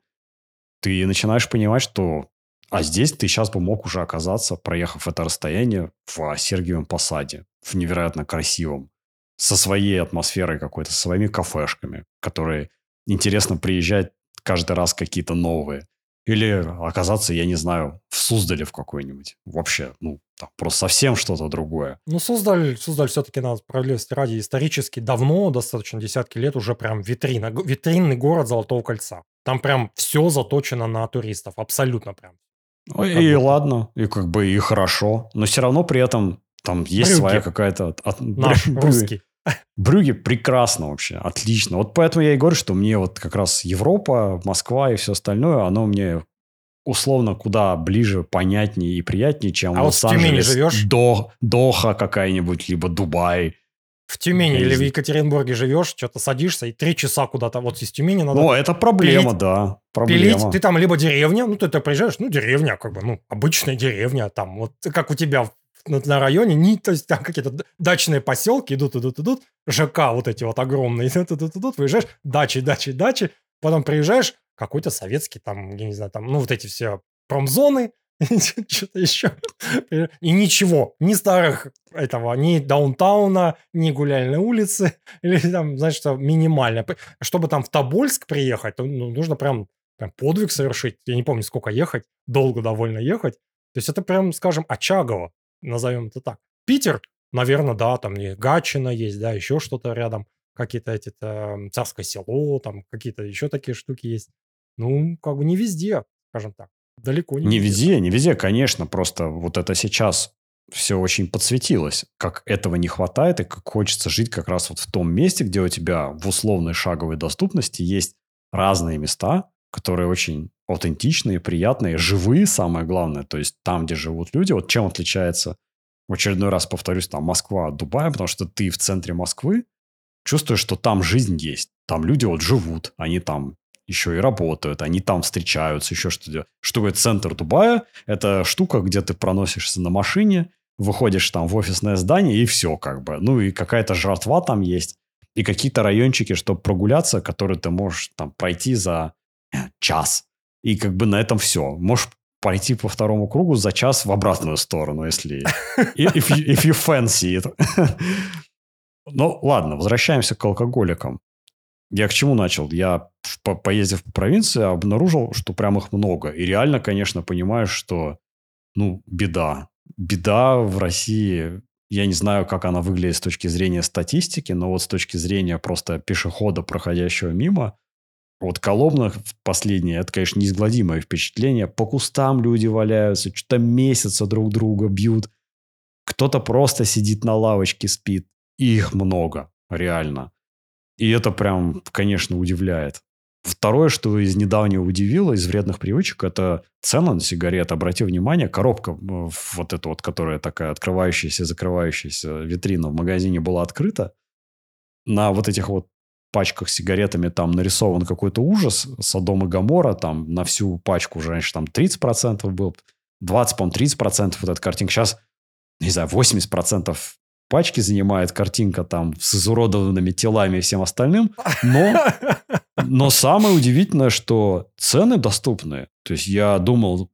ты начинаешь понимать, что а здесь ты сейчас бы мог уже оказаться, проехав это расстояние, в Сергиевом Посаде, в невероятно красивом, со своей атмосферой какой-то, со своими кафешками, которые интересно приезжать каждый раз какие-то новые. Или оказаться, я не знаю, в Суздале в какой-нибудь. Вообще, ну, там просто совсем что-то другое. Ну, Суздаль, Суздаль все-таки, надо справедливости ради, исторически давно, достаточно десятки лет, уже прям витрина, г- витринный город Золотого Кольца. Там прям все заточено на туристов, абсолютно прям. Ну, Как и будто. ладно, и как бы и хорошо. Но все равно при этом там есть своя Брюгге, какая-то... от- от- наш, Брю- Брюгге. русский. Брюгге прекрасно вообще, отлично. Вот поэтому я и говорю, что мне вот как раз Европа, Москва и все остальное, оно мне условно куда ближе, понятнее и приятнее, чем А вот в Тюмени Лос-Анджелес, живешь? До, Доха какая-нибудь, либо Дубай. В Тюмени Я не или в знаю. Екатеринбурге живешь, что-то садишься, и три часа куда-то вот из Тюмени надо Ну, это проблема, пилить. да, Пилить, проблема. ты там либо деревня, ну, ты, ты приезжаешь, ну, деревня, как бы, ну, обычная деревня, там, вот как у тебя в- на, на районе, не, то есть там какие-то д- дачные поселки идут, идут, идут, ЖК вот эти вот огромные, идут, идут, идут, выезжаешь, дачи, дачи, дачи, потом приезжаешь, какой-то советский, там, я не знаю, там, ну, вот эти все промзоны, что-то еще, и ничего, ни старых этого, ни даунтауна, ни гуляльной улицы, или там, знаешь, что минимально. П- Чтобы там в Тобольск приехать, то ну, нужно прям прям подвиг совершить. Я не помню, сколько ехать. Долго довольно ехать. То есть это прям, скажем, очагово, назовем это так. Питер, наверное, да, там и Гатчина есть, да, еще что-то рядом. Какие-то эти там Царское село, там какие-то еще такие штуки есть. Ну, как бы не везде, скажем так. Далеко не Не везде. везде, не везде, конечно, просто вот это сейчас все очень подсветилось, как этого не хватает, и как хочется жить как раз вот в том месте, где у тебя в условной шаговой доступности есть разные места, которые очень аутентичные, приятные, живые, самое главное, то есть там, где живут люди. Вот чем отличается, в очередной раз повторюсь, там Москва от Дубая, потому что ты в центре Москвы, чувствуешь, что там жизнь есть. Там люди вот живут, они там еще и работают, они там встречаются, еще что-то. Что такое центр Дубая? Это штука, где ты проносишься на машине, выходишь там в офисное здание, и все как бы. Ну, и какая-то жратва там есть. И какие-то райончики, чтобы прогуляться, которые ты можешь там пройти за э, час. И как бы на этом все. Можешь пройти по второму кругу за час в обратную сторону, если... If you, if you fancy it. Ну, ладно, возвращаемся к алкоголикам. Я к чему начал? Я, по- поездив по провинции, обнаружил, что прям их много. И реально, конечно, понимаю, что, ну, беда. Беда в России. Я не знаю, как она выглядит с точки зрения статистики, но вот с точки зрения просто пешехода, проходящего мимо, вот Коломна в последнее, это, конечно, неизгладимое впечатление. По кустам люди валяются, что-то месяца друг друга бьют. Кто-то просто сидит на лавочке, спит. И их много, реально. И это прям, конечно, удивляет. Второе, что из недавнего удивило, из вредных привычек, это цена на сигареты. Обрати внимание, коробка э, вот эта вот, которая такая открывающаяся, закрывающаяся витрина в магазине была открыта. На вот этих вот пачках с сигаретами там нарисован какой-то ужас, Содом и Гоморра, там на всю пачку уже раньше там тридцать процентов был, двадцать, по-моему, тридцать процентов вот эта картинка. Сейчас, не знаю, восемьдесят процентов пачки занимает, картинка там с изуродованными телами и всем остальным. Но, но самое удивительное, что цены доступны. То есть я думал,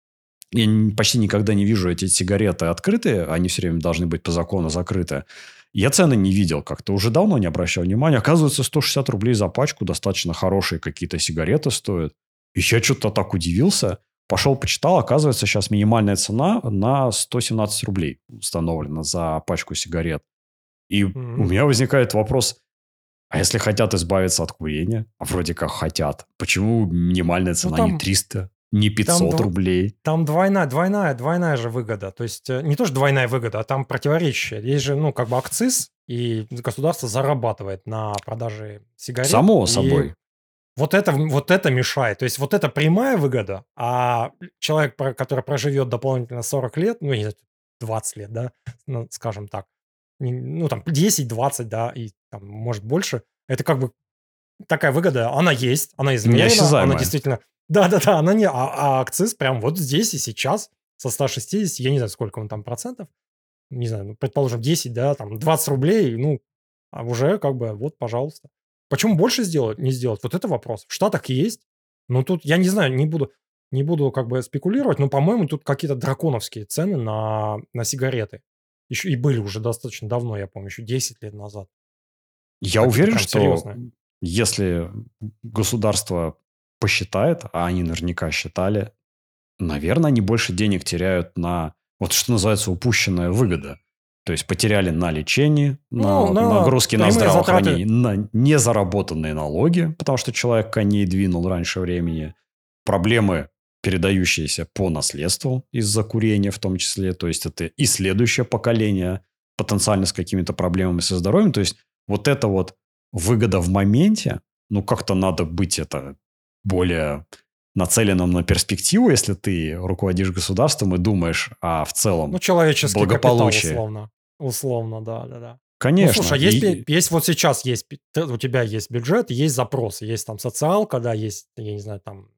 я почти никогда не вижу эти сигареты открытые, они все время должны быть по закону закрыты. Я цены не видел как-то, уже давно не обращал внимания. Оказывается, сто шестьдесят рублей за пачку достаточно хорошие какие-то сигареты стоят. И я что-то так удивился. Пошел, почитал. Оказывается, сейчас минимальная цена на сто семнадцать рублей установлена за пачку сигарет. И mm-hmm. у меня возникает вопрос, а если хотят избавиться от курения? А вроде как хотят. Почему минимальная цена ну, там... не триста? Не пятьсот там, рублей. Там двойная, двойная, двойная же выгода. То есть, не то, что двойная выгода, а там противоречие. Есть же, ну, как бы акциз, и государство зарабатывает на продаже сигарет. Само собой. Вот это, вот это мешает. То есть, вот это прямая выгода, а человек, который проживет дополнительно сорок лет, ну, не знаю, двадцать лет, да, ну, скажем так, ну, там, десять-двадцать, да, и там, может, больше, это как бы такая выгода, она есть, она измерена, она действительно... Да-да-да, она не... А, а акциз прям вот здесь и сейчас со ста шестидесяти, я не знаю, сколько он там процентов, не знаю, ну, предположим, десять, да, там, двадцать рублей, ну, а уже как бы вот, пожалуйста. Почему больше сделать, не сделать? Вот это вопрос. В Штатах есть, но тут, я не знаю, не буду, не буду как бы спекулировать, но, по-моему, тут какие-то драконовские цены на, на сигареты. Еще и были уже достаточно давно, я помню, еще десять лет назад. Я так уверен, что серьезное. Если государство посчитает, а они наверняка считали, наверное, они больше денег теряют на, вот что называется, упущенная выгода. То есть потеряли на лечении, ну, на, на нагрузки на здравоохранение, затраты. На незаработанные налоги, потому что человек коней двинул раньше времени, проблемы, передающиеся по наследству из-за курения в том числе, то есть это и следующее поколение потенциально с какими-то проблемами со здоровьем. То есть вот эта вот выгода в моменте, ну как-то надо быть это более нацеленным на перспективу, если ты руководишь государством и думаешь о в целом ну, человеческий благополучии. Капитал, условно. Условно, да, да, да. Конечно. Ну, слушай, есть, и... есть вот сейчас есть, у тебя есть бюджет, есть запросы, есть там социалка, да, есть, я не знаю, там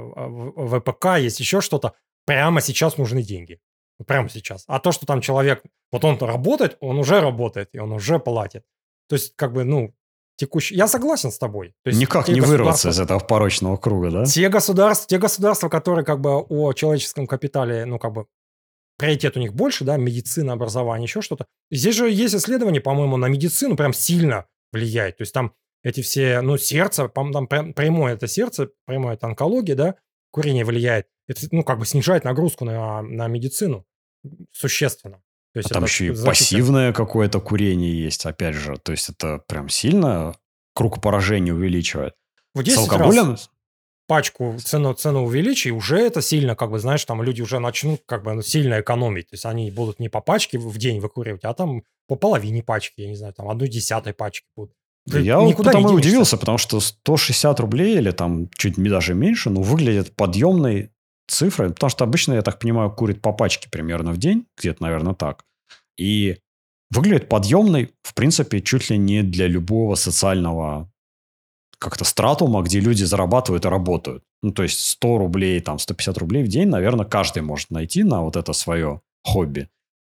ВПК, есть еще что-то. Прямо сейчас нужны деньги. Прямо сейчас. А то, что там человек, вот он работает, он уже работает, и он уже платит. То есть, как бы, ну, текущий... Я согласен с тобой. То есть, никак не вырваться из этого порочного круга, да? Те государства, те государства, которые как бы о человеческом капитале, ну, как бы, приоритет у них больше, да, медицина, образование, еще что-то. Здесь же есть исследования, по-моему, на медицину прям сильно влияет. То есть там эти все, ну, сердце, там прямое это сердце, прямое это онкология, да, курение влияет. Это, ну, как бы снижает нагрузку на, на медицину существенно. То есть а там еще и пассивное какое-то курение есть, опять же. То есть это прям сильно круг поражения увеличивает. Вот с алкоголем... Раз... пачку, цену, цену увеличи, уже это сильно, как бы, знаешь, там люди уже начнут как бы сильно экономить. То есть они будут не по пачке в день выкуривать, а там по половине пачки, я не знаю, там одной десятой пачки будут. Ты я никуда потому и удивился, потому что сто шестьдесят рублей или там чуть даже меньше, ну, выглядит подъемной цифрой, потому что обычно, я так понимаю, курит по пачке примерно в день, где-то, наверное, так. И выглядит подъемной, в принципе, чуть ли не для любого социального как-то стратума, где люди зарабатывают и работают. Ну, то есть сто рублей, там, сто пятьдесят рублей в день, наверное, каждый может найти на вот это свое хобби.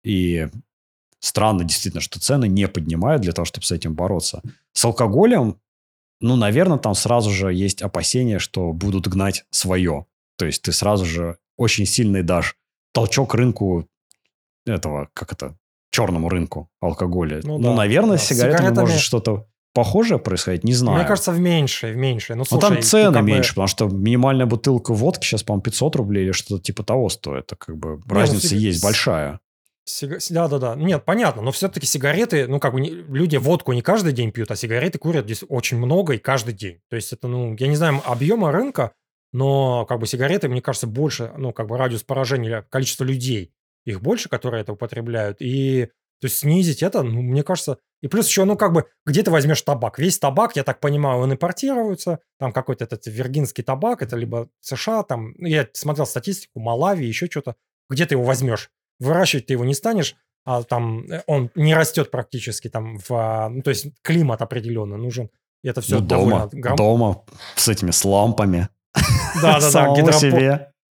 И странно действительно, что цены не поднимают для того, чтобы с этим бороться. С алкоголем, ну, наверное, там сразу же есть опасения, что будут гнать свое. То есть ты сразу же очень сильный дашь толчок рынку этого, как это, черному рынку алкоголя. Ну, ну да, наверное, да. с сигаретами, сигаретами может что-то похожее происходить, не знаю. Мне кажется, в меньшей, в меньшей. Ну, слушай, там цены меньше, бы... потому что минимальная бутылка водки сейчас, по-моему, пятьсот рублей или что-то типа того стоит. Это как бы не, разница ну, сиг... есть большая. Сига... Да-да-да. Нет, понятно, но все-таки сигареты, ну, как бы не... люди водку не каждый день пьют, а сигареты курят здесь очень много и каждый день. То есть это, ну, я не знаю объема рынка, но как бы сигареты, мне кажется, больше, ну, как бы радиус поражения, количество людей, их больше, которые это употребляют. И то есть снизить это, ну, мне кажется... И плюс еще, ну, как бы, где ты возьмешь табак? Весь табак, я так понимаю, он импортируется. Там какой-то этот виргинский табак, это либо США, там... Я смотрел статистику, Малави, еще что-то. Где ты его возьмешь? Выращивать ты его не станешь, а там он не растет практически там в... Ну, то есть климат определенно нужен. И это все ну, дома, гром... дома с этими с лампами. Да-да-да, гидропо...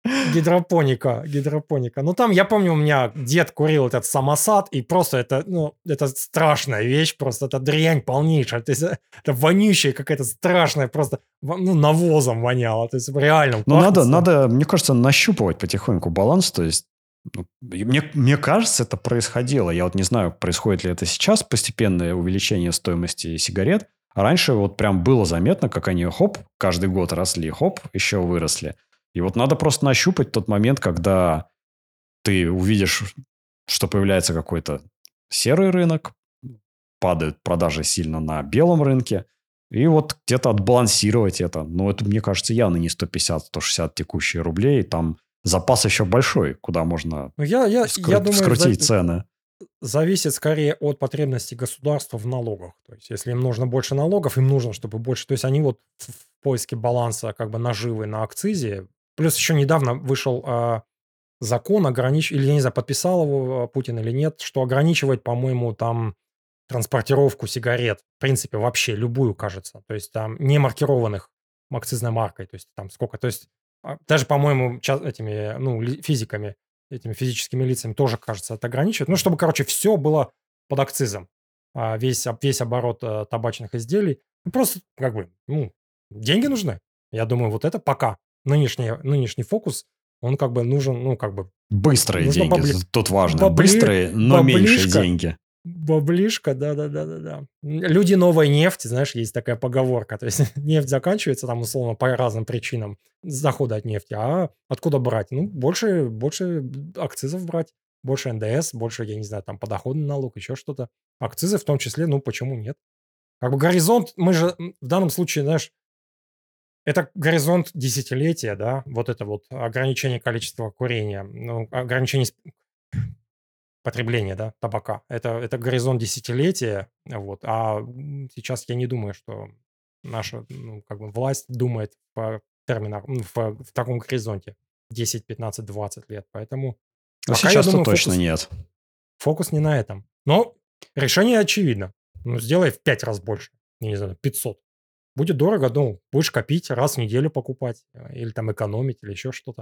Гидропоника, гидропоника. Ну, там, я помню, у меня дед курил этот самосад, и просто это, ну, это страшная вещь, просто это дрянь полнейшая. То есть э, это вонючая какая-то страшная, просто, во- ну, навозом воняло. То есть реально Но пахнет. надо, с- надо, мне кажется, нащупывать потихоньку баланс. То есть, ну, и мне, мне кажется, это происходило. Я вот не знаю, происходит ли это сейчас, постепенное увеличение стоимости сигарет. А раньше вот прям было заметно, как они, хоп, каждый год росли, хоп, еще выросли. И вот надо просто нащупать тот момент, когда ты увидишь, что появляется какой-то серый рынок, падают продажи сильно на белом рынке, и вот где-то отбалансировать это. Но это, мне кажется, явно не сто пятьдесят сто шестьдесят текущие рублей. Там запас еще большой, куда можно Ну, я, я, я скру- думаю, за- скрутить цены. зависит скорее от потребностей государства в налогах. То есть, если им нужно больше налогов, им нужно, чтобы больше... То есть, они вот в в поиске баланса как бы наживы на акцизе. Плюс еще недавно вышел а, закон, огранич... или, я не знаю, подписал его а, Путин или нет, что ограничивает, по-моему, там транспортировку сигарет. В принципе, вообще любую, кажется. То есть, там не маркированных акцизной маркой. То есть, там сколько... То есть, а, даже, по-моему, ча- этими, ну, ли- физиками, этими физическими лицами тоже, кажется, это ограничивает. Ну, чтобы, короче, все было под акцизом. А, весь, об- весь оборот э, табачных изделий. Ну, просто, как бы, ну, деньги нужны. Я думаю, вот это пока. Нынешний, нынешний фокус, он как бы нужен, ну, как бы, Быстрые нужно деньги. бабли, Тут важно. бабли, Быстрые, но меньше баблишко, деньги. баблишко, да-да-да-да-да. Люди новой нефти, знаешь, есть такая поговорка. То есть нефть заканчивается там условно по разным причинам захода от нефти, а откуда брать? Ну, больше, больше акцизов брать, больше эн дэ эс, больше, я не знаю, там подоходный налог, еще что-то. Акцизы в том числе, ну, почему нет? Как бы горизонт, мы же м, в данном случае, знаешь, это горизонт десятилетия, да, вот это вот ограничение количества курения, ну, ограничение потребления, да, табака. Это это горизонт десятилетия, вот. А, м, сейчас я не думаю, что наша, ну, как бы власть думает по терминах, м, в в таком горизонте десять, пятнадцать, двадцать лет. Поэтому Но пока, я сейчас-то думаю, точно фокус нет. фокус не на этом. Но решение очевидно. Ну, сделай в пять раз больше, я не знаю, пятьсот. Будет дорого, ну, будешь копить, раз в неделю покупать, э, или там экономить, или еще что-то.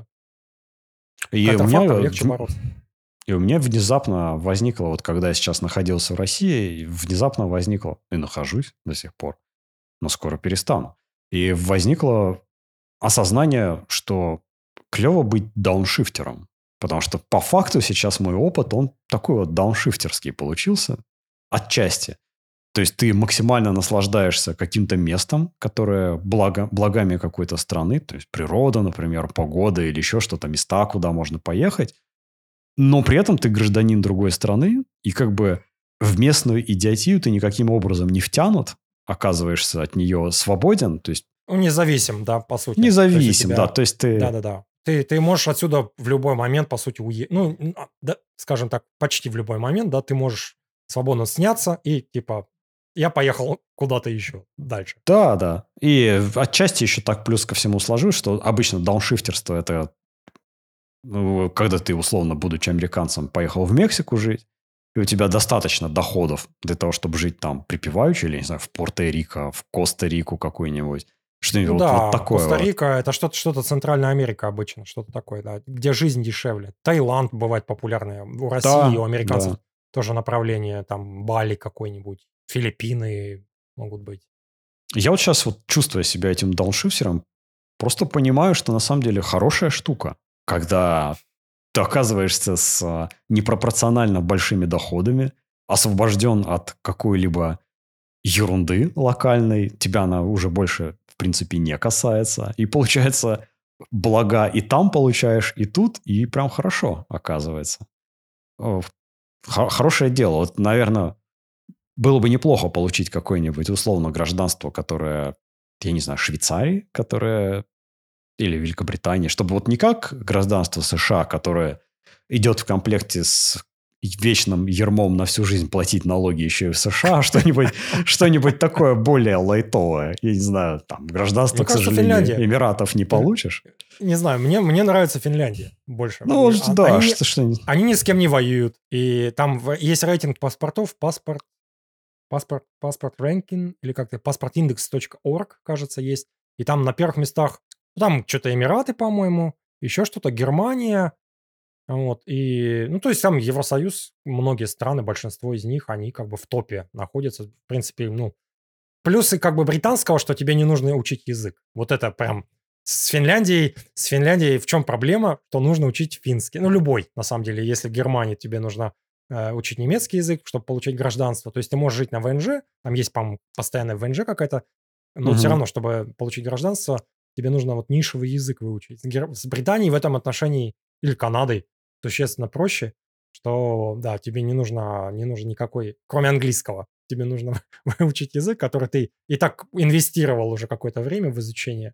И у меня Контрафактом э, легче в- бороться. И у меня внезапно возникло, вот когда я сейчас находился в России, внезапно возникло, и нахожусь до сих пор, но скоро перестану. И возникло осознание, что клево быть дауншифтером. Потому что по факту сейчас мой опыт, он такой вот дауншифтерский получился отчасти. То есть ты максимально наслаждаешься каким-то местом, которое благо, благами какой-то страны, то есть природа, например, погода или еще что-то, места, куда можно поехать. Но при этом ты гражданин другой страны, и как бы в местную идиотию ты никаким образом не втянут, оказываешься от нее свободен, то есть Ну, независим, да, по сути. То есть у независим, да, тебя то есть ты... да-да-да. Ты ты можешь отсюда в любой момент, по сути, уе ну, н а, да, скажем так, почти в любой момент, да, ты можешь свободно сняться и типа: "Я поехал куда-то еще дальше". Да, да. И отчасти еще так плюс ко всему сложилось, что обычно дауншифтерство – это ну, когда ты, условно, будучи американцем, поехал в Мексику жить, и у тебя достаточно доходов для того, чтобы жить там припеваючи, или, не знаю, в Пуэрто-Рико, в Коста-Рику какую-нибудь. Что-нибудь Ну вот, вот да, такое вот. Коста-Рика- это что-то что-то Центральная Америка обычно, что-то такое, да, где жизнь дешевле. Таиланд бывает популярный. У России, у Да, американцев да. тоже направление, там Бали какой-нибудь, Филиппины могут быть. Я вот сейчас вот, чувствуя себя этим дауншифтером, просто понимаю, что на самом деле хорошая штука, когда ты оказываешься с а, непропорционально большими доходами, освобожден от какой-либо ерунды локальной, тебя она уже больше, в принципе, не касается. И получается, блага и там получаешь, и тут, и прям хорошо оказывается. О, хо- Хорошее дело. Вот, наверное, было бы неплохо получить какое-нибудь условно гражданство, которое, я не знаю, Швейцарии, которое или Великобритании, чтобы вот не как гражданство США, которое идет в комплекте с вечным ермом на всю жизнь платить налоги еще и в США, а что-нибудь что-нибудь такое более лайтовое. Я не знаю, там гражданство, Мне к кажется, сожалению, Финляндия. Эмиратов не Фин получишь. Не знаю, мне мне нравится Финляндия больше. Ну, Бо а да, они не что, что... они ни с кем не воюют. И там в есть рейтинг паспортов, паспорт паспорт паспорт ranking или как-то паспортиндекс точка орг, кажется, есть. И там на первых местах, ну, там что то Эмираты, по-моему, еще что-то, Германия. Вот, и, ну, то есть там Евросоюз, многие страны, большинство из них, они как бы в топе находятся. В принципе, ну, плюсы как бы британского, что тебе не нужно учить язык. Вот это прям с Финляндией, с Финляндией в чем проблема? Что нужно учить финский. Ну, любой, на самом деле. Если в Германии тебе нужно э, учить немецкий язык, чтобы получить гражданство, то есть ты можешь жить на ВНЖ, там есть, по-моему, постоянная ВНЖ какая-то, но все Мгм. равно, чтобы получить гражданство, тебе нужно вот нишевый язык выучить. С, Гер- с Британией в этом отношении, или Канадой, существенно проще, что, да, тебе не нужно, не нужно никакой, кроме английского, тебе нужно выучить язык, который ты и так инвестировал уже какое-то время в изучение.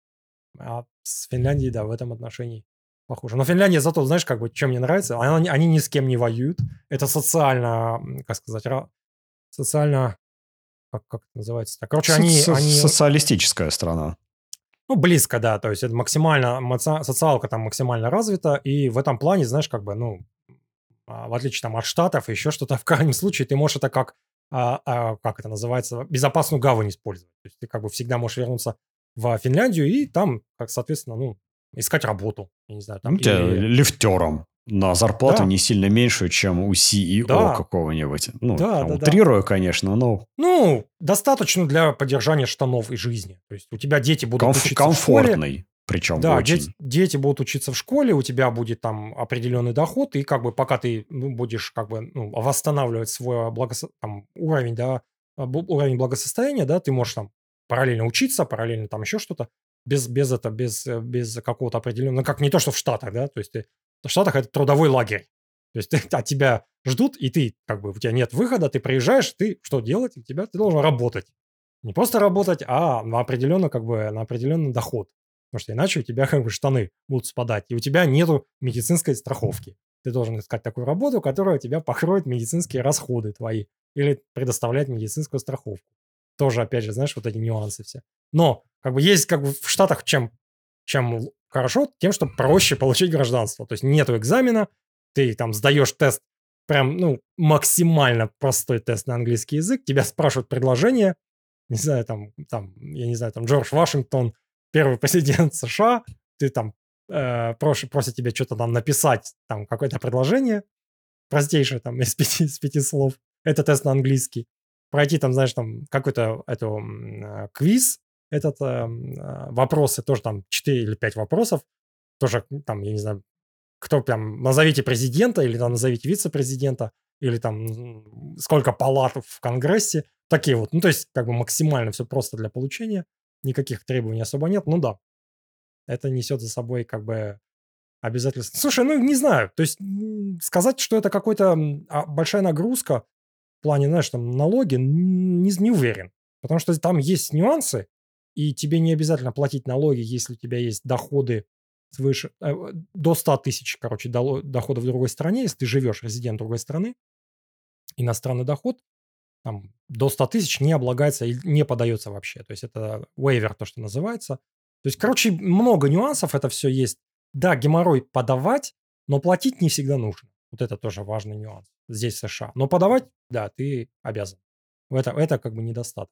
А с Финляндией, да, в этом отношении похоже. Но Финляндия зато, знаешь, как бы, чем мне нравится, она не- они ни с кем не воюют. Это социально, м, как сказать, ра- социально, как, как это называется? Короче, они, Соци- они, Социалистическая страна. ну, близко, да, то есть это максимально, маца- социалка там максимально развита, и в этом плане, знаешь, как бы, ну, а, в отличие там от Штатов, еще что-то, в крайнем случае ты можешь это как, а, а, как это называется, безопасную гавань использовать. То есть ты как бы всегда можешь вернуться в Финляндию и там, как, соответственно, ну, искать работу, я не знаю, там, Ну, тебя или... лифтером на зарплату Да, не сильно меньшую, чем у си и о да, какого-нибудь. Ну, да, там, да, да. утрирую, конечно, но Ну, достаточно для поддержания штанов и жизни. То есть у тебя дети будут комф- учиться в школе, комфортный, причем да, дети, очень. дети будут учиться в школе, у тебя будет там определенный доход, и как бы пока ты ну, будешь как бы ну, восстанавливать свой благосо- там, уровень, да, а, бу- уровень благосостояния, да, ты можешь там параллельно учиться, параллельно там еще что-то, без, без это, без, э, без какого-то определенного, ну, как не то, что в Штатах, да, то есть ты, в Штатах это трудовой лагерь, то есть ты, от тебя ждут, и ты, как бы, у тебя нет выхода, ты приезжаешь, ты что делать? У тебя, ты должен работать. Не просто работать, а на определенно, как бы, на определенный доход. Потому что иначе у тебя как бы штаны будут спадать, и у тебя нету медицинской страховки. Ты должен искать такую работу, которая тебя покроет медицинские расходы твои или предоставлять медицинскую страховку. Тоже, опять же, знаешь, вот эти нюансы все. Но как бы есть как бы в Штатах чем, чем л- хорошо, тем, что проще получить гражданство. То есть нету экзамена, ты там сдаешь тест, прям, ну, максимально простой тест на английский язык, тебя спрашивают предложение, не знаю, там, там, я не знаю, там, Джордж Вашингтон, первый президент США, ты там э, прош, просит тебя что-то там написать, там, какое-то предложение, простейшее там из пяти, из пяти слов, это тест на английский, пройти там, знаешь, там, какой-то эту, м, э, квиз, этот э, м, э, вопросы, тоже там четыре или пять вопросов, тоже там, я не знаю, кто прям, назовите президента или там назовите вице-президента, или там м, сколько палат в Конгрессе, такие вот. Ну, то есть как бы максимально все просто для получения, никаких требований особо нет. Ну да, это несет за собой как бы обязательства. Слушай, ну не знаю, то есть м, сказать, что это какой-то м, а, большая нагрузка в плане, знаешь, там налоги, н- не, не уверен. Потому что там есть нюансы, и тебе не обязательно платить налоги, если у тебя есть доходы свыше, э, до ста тысяч, короче, дало- доходов в другой стране, если ты живешь, резидент другой страны, иностранный доход, там, до ста тысяч не облагается и не подается вообще. То есть это waiver, то, что называется. То есть, короче, много нюансов это все есть. Да, геморрой подавать, но платить не всегда нужно. Вот это тоже важный нюанс здесь, в США. Но подавать, да, ты обязан. В это, это как бы недостаток.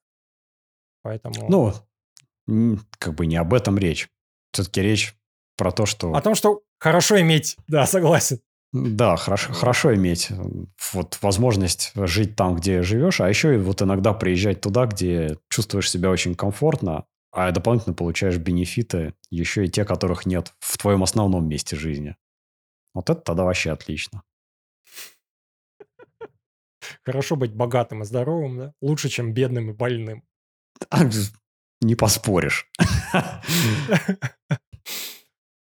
Поэтому... Ну, м, как бы не об этом речь. Все-таки речь про то, О что том, что хорошо иметь, да, согласен. да, хорошо, Вот. хорошо иметь э, вот возможность жить там, где живешь, а еще и вот иногда приезжать туда, где чувствуешь себя очень комфортно, а дополнительно получаешь бенефиты, еще и те, которых нет в твоем основном месте жизни. Вот это тогда вообще отлично. Хорошо быть богатым и здоровым, да? Лучше, чем бедным и больным. А, Не поспоришь.